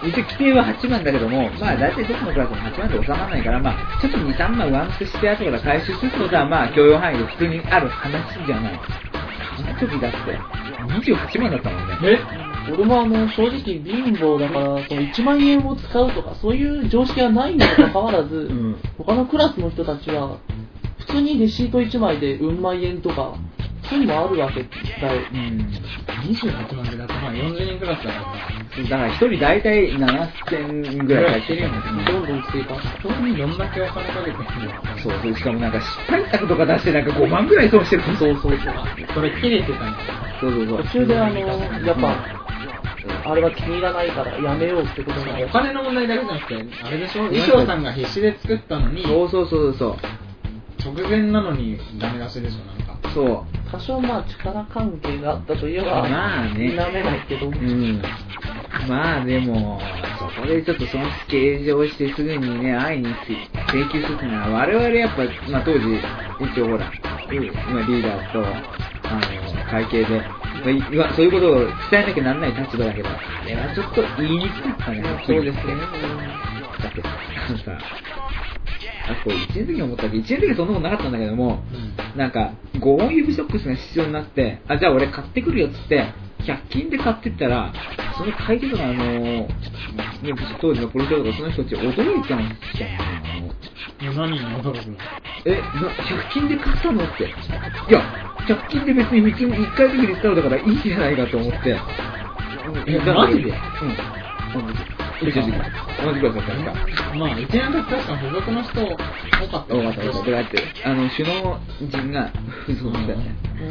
一応規定ははちまんだけども、まあ大体どこのクラスもはちまんで収まらないから、まあちょっとに、さんまん上乗せして後から回収することはまあ許容範囲で普通にある話じゃない。その時だってにじゅうはちまんだったもんね。 え俺もあの正直貧乏だからそのいちまんえんを使うとかそういう常識はないにもかかわらず、うん、他のクラスの人たちは普通にレシートいちまいでうん万円とかそういうのもあるわけだよ。 うん、にじゅうはちまんでだってまあよんじゅうにんクラスだからさ、 だからひとり大体ななせんぐらい入ってるよね。 どんどん追加それにどんだけお金かけてるの。 そうそう、しかもなんか失敗作とか出してなんかごまんぐらい損してる。 そうそうそう。 それ切れてたね。 そうそうそう。 途中であのやっぱ。あれは気に入らないからやめようってことになる。 お金の問題だけじゃなくて、あれでしょ、衣装さんが必死で作ったのに、 そうそうそうそう。 直前なのにダメ出しでしょ、なんか。 そう。 多少まあ力関係があったといえば、 まあね。 否めないけど。うん。 まあでも、そこでちょっと損失計上してすぐにね、愛に請求するっていうのは、我々やっぱ、まあ当時、一応ほら、今リーダーと、あの、会計で、まあ、そういうことを伝えなきゃならない立場だけど、あれはちょっと言いにくかったね。 そうですね。 だって、あのさ、あこれいちねんの時に思ったけど、いちねんの時はそんなことなかったんだけども、うん、なんか、ごほん指ソックスが必要になって、あ、じゃあ俺買ってくるよっつって、ひゃく均で買ってったら、その買い手とか、あの、ね、当時のプロジェクトとかその人たち驚いてたんですよ。 何に驚くの？ え、ひゃく均で買ったのって。いや、ひゃく均で別に普通にいっかいだけで使うだからいいじゃないかと思って。 え、マジで？うん。 同じくらいだったんですか。 まあ、いちねんの時確か付属の人多かった。 多かった、多かった。だって、あの、首脳陣が付属だったね。うん。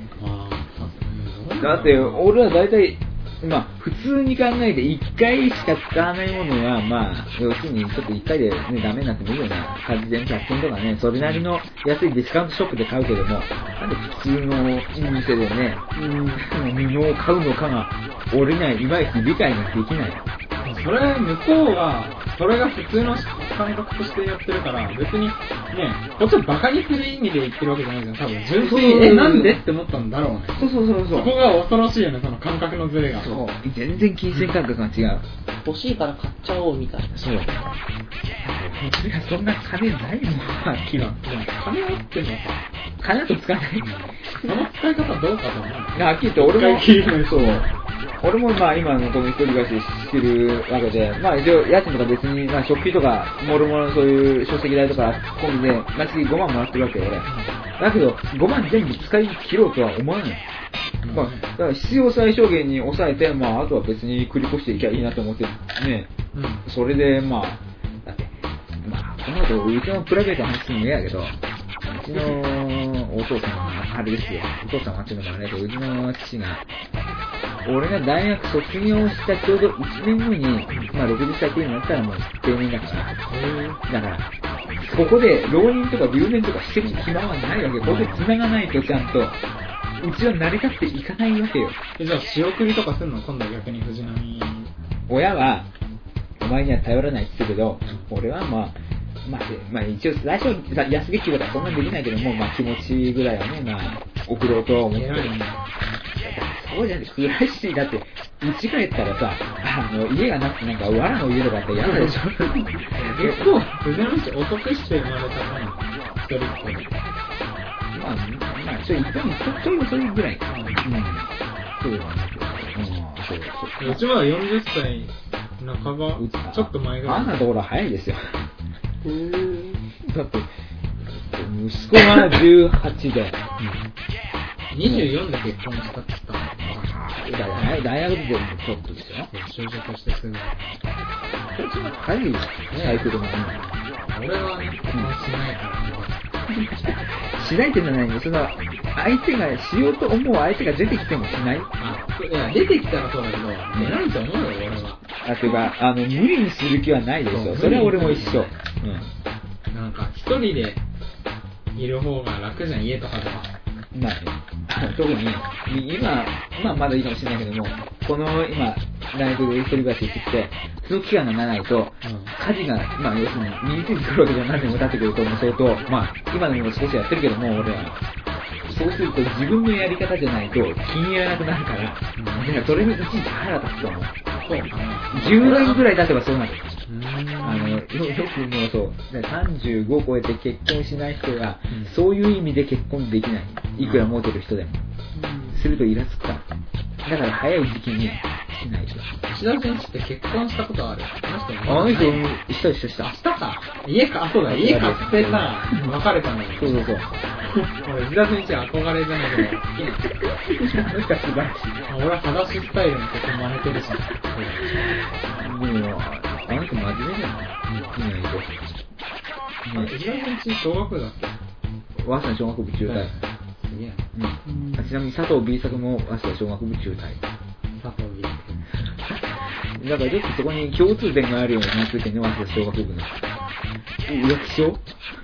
だって、俺は大体、まあ、普通に考えていっかいしか使わないものは、まあ、要するにちょっといっかいで、ね、ダメになってもいいような感じで、ひゃく均とかね、それなりの安いディスカウントショップで買うけども、なんで普通の店でね、うん、布を買うのかが、俺にはいまいち理解ができない。 それ、向こうは、それが普通の感覚としてやってるから、別にね、こっちをバカにする意味で言ってるわけじゃないじゃん。多分純粋に、え、なんでって思ったんだろうね。 そうそうそうそう。 そこが恐ろしいよね、その感覚のズレが。 そう。全然金銭感覚が違う。 欲しいから買っちゃおうみたいな。 そう。俺がそんな金ないもん、はっきり。 金あってもさ、 金と使わない。 その使い方どうかと思う。 はっきり言って俺も、そう。俺もまあ今のこの一人暮らししてるわけで、まあ一応家賃とか別に、まあ食費とか、もろもろそういう書籍代とか込みで、毎月ごまんもらってるわけよ、俺。だけど、ごまん全部使い切ろうとは思わない。まあ、だから必要最小限に抑えて、まああとは別に繰り越していきゃいいなと思ってね、うん、それでまあ、だって、まあこの後うちのプライベートの話するの嫌やけど、うちのお父さんはあれですよ、お父さんはあっちのもあれだけど、うちの父が、俺が大学卒業したちょうどいちねんごに、まあろくじゅっさいっていうのになったらもう定年だから、だから、ここで浪人とか留年とかしてる暇はないわけ。ここで繋がないとちゃんと、うちは成り立っていかないわけよ。 え、じゃあ仕送りとかするの？今度は逆に藤波。 親は、お前には頼らないって言ってるけど、俺はまあ、まあ、まあ一応最初安月給だからそんなにできないけども、まあ気持ちぐらいはね、まあ、送ろうとは思ってる。そうじゃなくて、暮らし、だって、家帰ったらさ、あの、家がなくてなんか、藁の家とかあったら嫌だでしょ。結構、藤波氏遅くして生まれたのに、一人っ子で。 まあ、まあ、ちょい、ちょい、ちょい遅いぐらい。うん。そうだね。うん、そうそう。 うちはよんじゅっさい半ば、ちょっと前ぐらい。 あんなところ早いですよ。へぇだって、息子がじゅうはちで、 にじゅうよんで結婚したって言ったの。 大学でもちょっとですよ。 就職してすぐ。 そっちの早いよね、サイクルも。 俺はね、結婚しないから。 しないってのは何？その、相手がしようと思う相手が出てきてもしない？ あ、いや、出てきたらそうだけど、出ないと思うよ、俺は。 あ、ていうか、あの、無理にする気はないでしょ。それは俺も一緒。 うん。なんか、一人でいる方が楽じゃん、家とかでは。 まあね、特に今、まあまだいいかもしれないけども、この今、大学で一人暮らししてきて、その期間がならないと、家事が、まあ要するに身についてくるわけじゃ何年も経ってくると、もう相当、まあ今のにも少しやってるけども、俺は。そうすると自分のやり方じゃないと気に入らなくなるから、だからそれにいちいち腹立つと思う。 そうかな。 じゅうねんぐらい経てばそうなる。 うーんあのよよくもうそうさんじゅうご超えて結婚しない人が、 うんそういう意味で結婚できない、いくらモテる人でも、するとイラつくから、だから早い時期にしないと。 石田選手って結婚したことある？あの人あの人ないしたしたしたあしたか。家か、あ、そうだ、家買ってさ、別れたのに。 そうそうそう。 俺、石田選手憧れじゃないけど、好きなの。 なんか素晴らしい。 俺は裸足スタイルの結婚真似てるし。 でもあの人真面目じゃない。意外と。 あれ石田選手小学部だっけ？ 早稲田小学部中退。 すげえ。 うん、ちなみに佐藤 B 作も早稲田小学部中退。 佐藤美。 だからちょっとそこに共通点があるような気がするけどね、早稲田小学部の。浮気症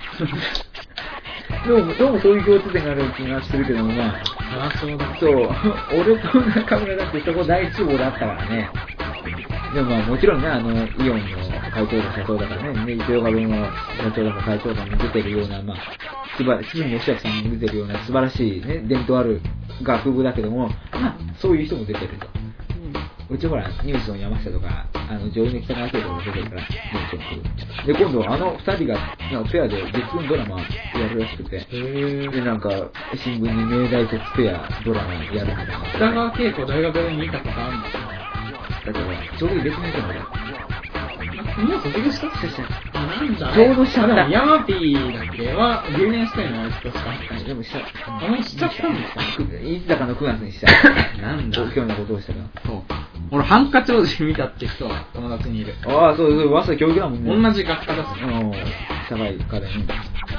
どうも、どうもそういう共通点がある気がするけども、まあ、 そうだ。 そう、俺と中村だってそこ第一志望だったからね。でもまあもちろんね、あの、イオンの会長が社長だからね、イトヨガ分の社長だか会長だかも出てるような、まあ、すば、堤義明さんも出てるような素晴らしいね、伝統ある学部だけども、まあ、そういう人も出てると。うちほら、ニュースの山下とか、あの、上位の北川景とかも出てるから、ニュースので、今度あの二人が、なんかペアで月分ドラマやるらしくて、 へで、なんか、新聞に明大卒ペアドラマやるみたいな。 北川景子大学で見たことあるんですか？ だから、ちょうど入れてないかもね。 もう卒業した？ したした。 あ、なんだ。 ちょうどしちゃったあでもヤマピーだっけは留年したよね、あいつとしか。 でもした。 あ、もうしちゃったんですか？ いつだかのくがつにした。 なんだ。 今日のことをしたかそう。俺、ハンカチ王子見たって人は友達にいる。 ら。ああ、そうそう、早稲田教育だもんね。 同じ学科だし。 うん、社会科でね。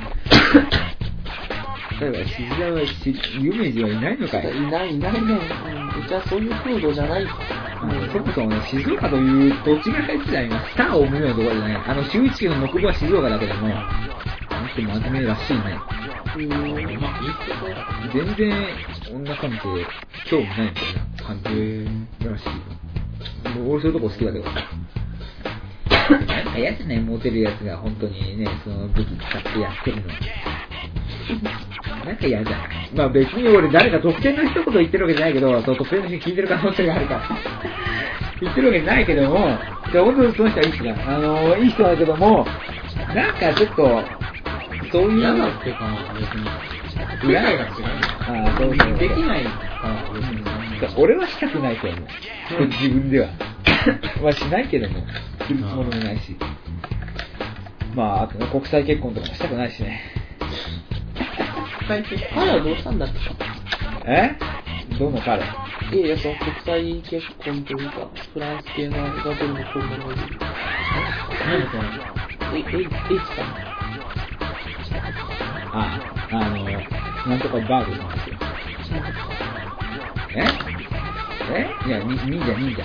だから、静田はし、有名人はいないのかい？ いないいないね、うん、うちはそういう風土じゃないあのそもそもね、静岡という土地柄自体がスターを生むようなところじゃない。あの、周一家の木部は静岡だけども、あの人真面目らしいね。 うんまあ、いいってそうだけど。 全然、女関係、興味ないみたいな感じらしい。俺そういうとこ好きだけど。なんか嫌じゃない、モテるやつが本当にね、その武器使ってやってるの。なんか嫌じゃない。まあ別に俺誰か特定の一言言ってるわけじゃないけど、そう特定の人聞いてる可能性があるから。言ってるわけじゃないけども、で本当にその人はいい人だ。あの、いい人だけども、なんかちょっと、そういう。 嫌だっていうか、別に。理解が違う。 ああ、そうそう。 できないから、別に。 俺はしたくないと思う。自分では。はしないけども、するつもりもないし。まあ、あとね、国際結婚とかもしたくないしね。 彼はどうしたんだっけ？ えどの彼？ いやいや、その国際結婚というか、フランス系のあれがどうのこうのの何それ？ え、え、え、H さん。 ああ、あの、なんとかバーグなんですよ。ええいや、に忍者、忍者。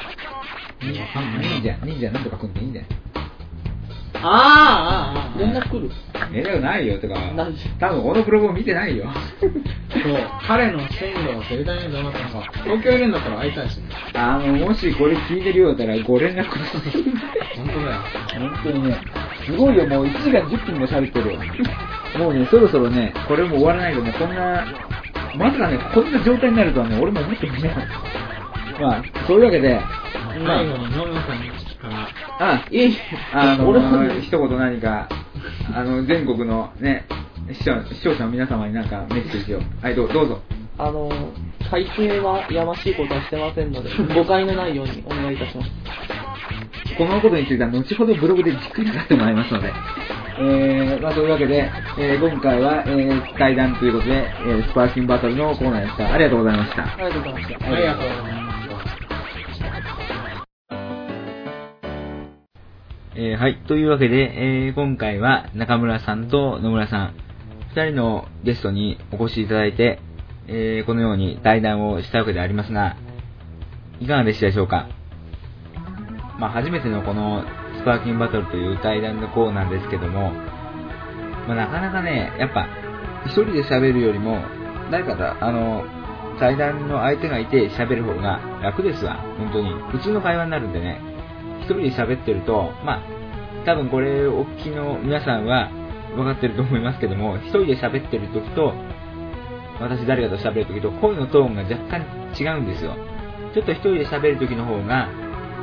忍者、忍者なんとかくんでいいんだよ。 ああ、ああ、 連絡来る？ え、でもないよ、とかない、 多分このブログを見てないよ。 そう、彼の進路を知りたいね、どうなったのか。東京いるんだったら会いたいしね。 あの、もしこれ聞いてるようだったらご連絡ください。 本当だよ。 本当にね、すごいよ、もういちじかんじゅっぷんも喋ってるよ。もうね、そろそろね、これも終わらないけどね、こんな、まさかね、こんな状態になるとはね、俺も思ってもいなかった。まあ、そういうわけで、まあ最後にノムさんからあ、いい、あの、一言何か、あの、全国のね、視聴視聴者の皆様になんかメッセージを。はい、どうどうぞ。 あの、大抵はやましいことはしてませんので、誤解のないようにお願いいたします。 このことについては後ほどブログでじっくり書かせてもらいますので。えー、まあそういうわけで、えー、今回は、えー、対談ということで、えー、スパーキンバトルのコーナーでした。ありがとうございました。 ありがとうございました。 ありがとうございまえーはい。というわけで、えー今回は中村さんと野村さん、二人のゲストにお越しいただいて、えーこのように対談をしたわけでありますが、いかがでしたでしょうか。まあ、初めてのこのスパーキンバトルという対談のコーナーですけども、まあ、なかなかね、やっぱ、一人で喋るよりも、誰かと、あの、対談の相手がいて喋る方が楽ですわ、本当に。普通の会話になるんでね。一人で喋ってると、まあ、多分これお聞きの皆さんは分かってると思いますけども、一人で喋ってる時と、私誰かと喋る時と声のトーンが若干違うんですよ。ちょっと一人で喋る時の方が、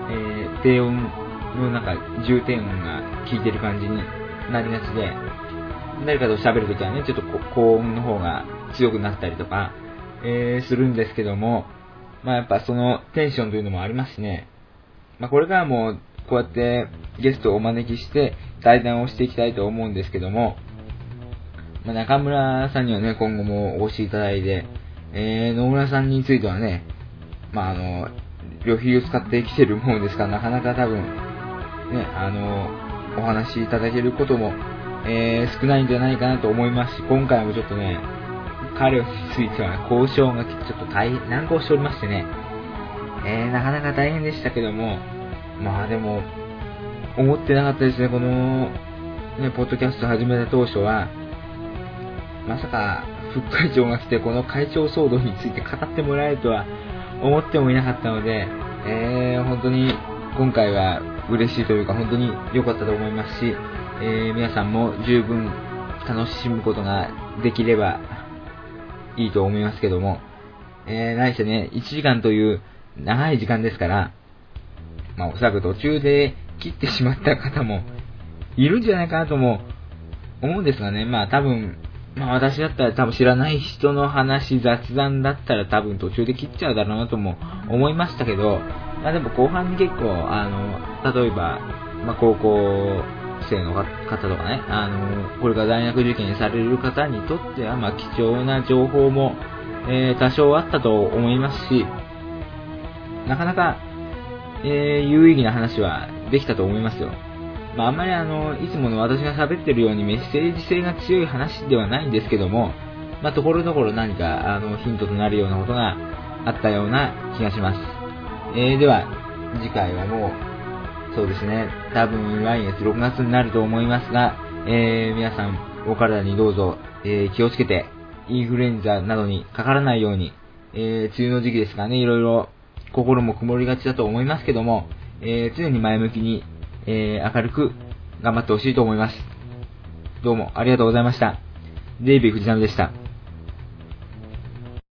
えー、低音のなんか重低音が効いてる感じになりがちで、誰かと喋るときはね、ちょっと高音の方が強くなったりとか、えー、するんですけども、まあやっぱそのテンションというのもありますしね、まあこれからもこうやってゲストをお招きして対談をしていきたいと思うんですけども、まあ、中村さんにはね、今後もお越しいただいて、えー、野村さんについてはね、まああの、旅費を使ってきてるものですから、なかなか多分、ね、あの、お話しいただけることも、えー、少ないんじゃないかなと思いますし、今回もちょっとね、彼については交渉がちょっと大変、難航しておりましてね、えー、なかなか大変でしたけども、まあでも、思ってなかったですね、この、ね、ポッドキャスト始めた当初は、まさか副会長が来てこの会長騒動について語ってもらえるとは思ってもいなかったので、えー、本当に今回は嬉しいというか本当に良かったと思いますし、えー、皆さんも十分楽しむことができればいいと思いますけども、えー、何せね、いちじかんという長い時間ですから、まあおそらく途中で切ってしまった方もいるんじゃないかなとも思うんですがね、まあ多分、まあ私だったら多分知らない人の話、雑談だったら多分途中で切っちゃうだろうなとも思いましたけど、まあでも後半に結構、あの、例えば、まあ高校生の方とかね、あの、これから大学受験される方にとっては、まあ貴重な情報も、えー、多少あったと思いますし、なかなか、えー、有意義な話はできたと思いますよ。まあ、あんまりあの、いつもの私が喋ってるようにメッセージ性が強い話ではないんですけども、まあ、ところどころ何かあのヒントとなるようなことがあったような気がします。えー、では、次回はもう、そうですね、多分来月ろくがつになると思いますが、えー、皆さんお体にどうぞ、えー、気をつけて、インフルエンザなどにかからないように、えー、梅雨の時期ですからね、いろいろ心も曇りがちだと思いますけども、えー、常に前向きに、えー、明るく頑張ってほしいと思います。どうもありがとうございました。デイビー藤波でした。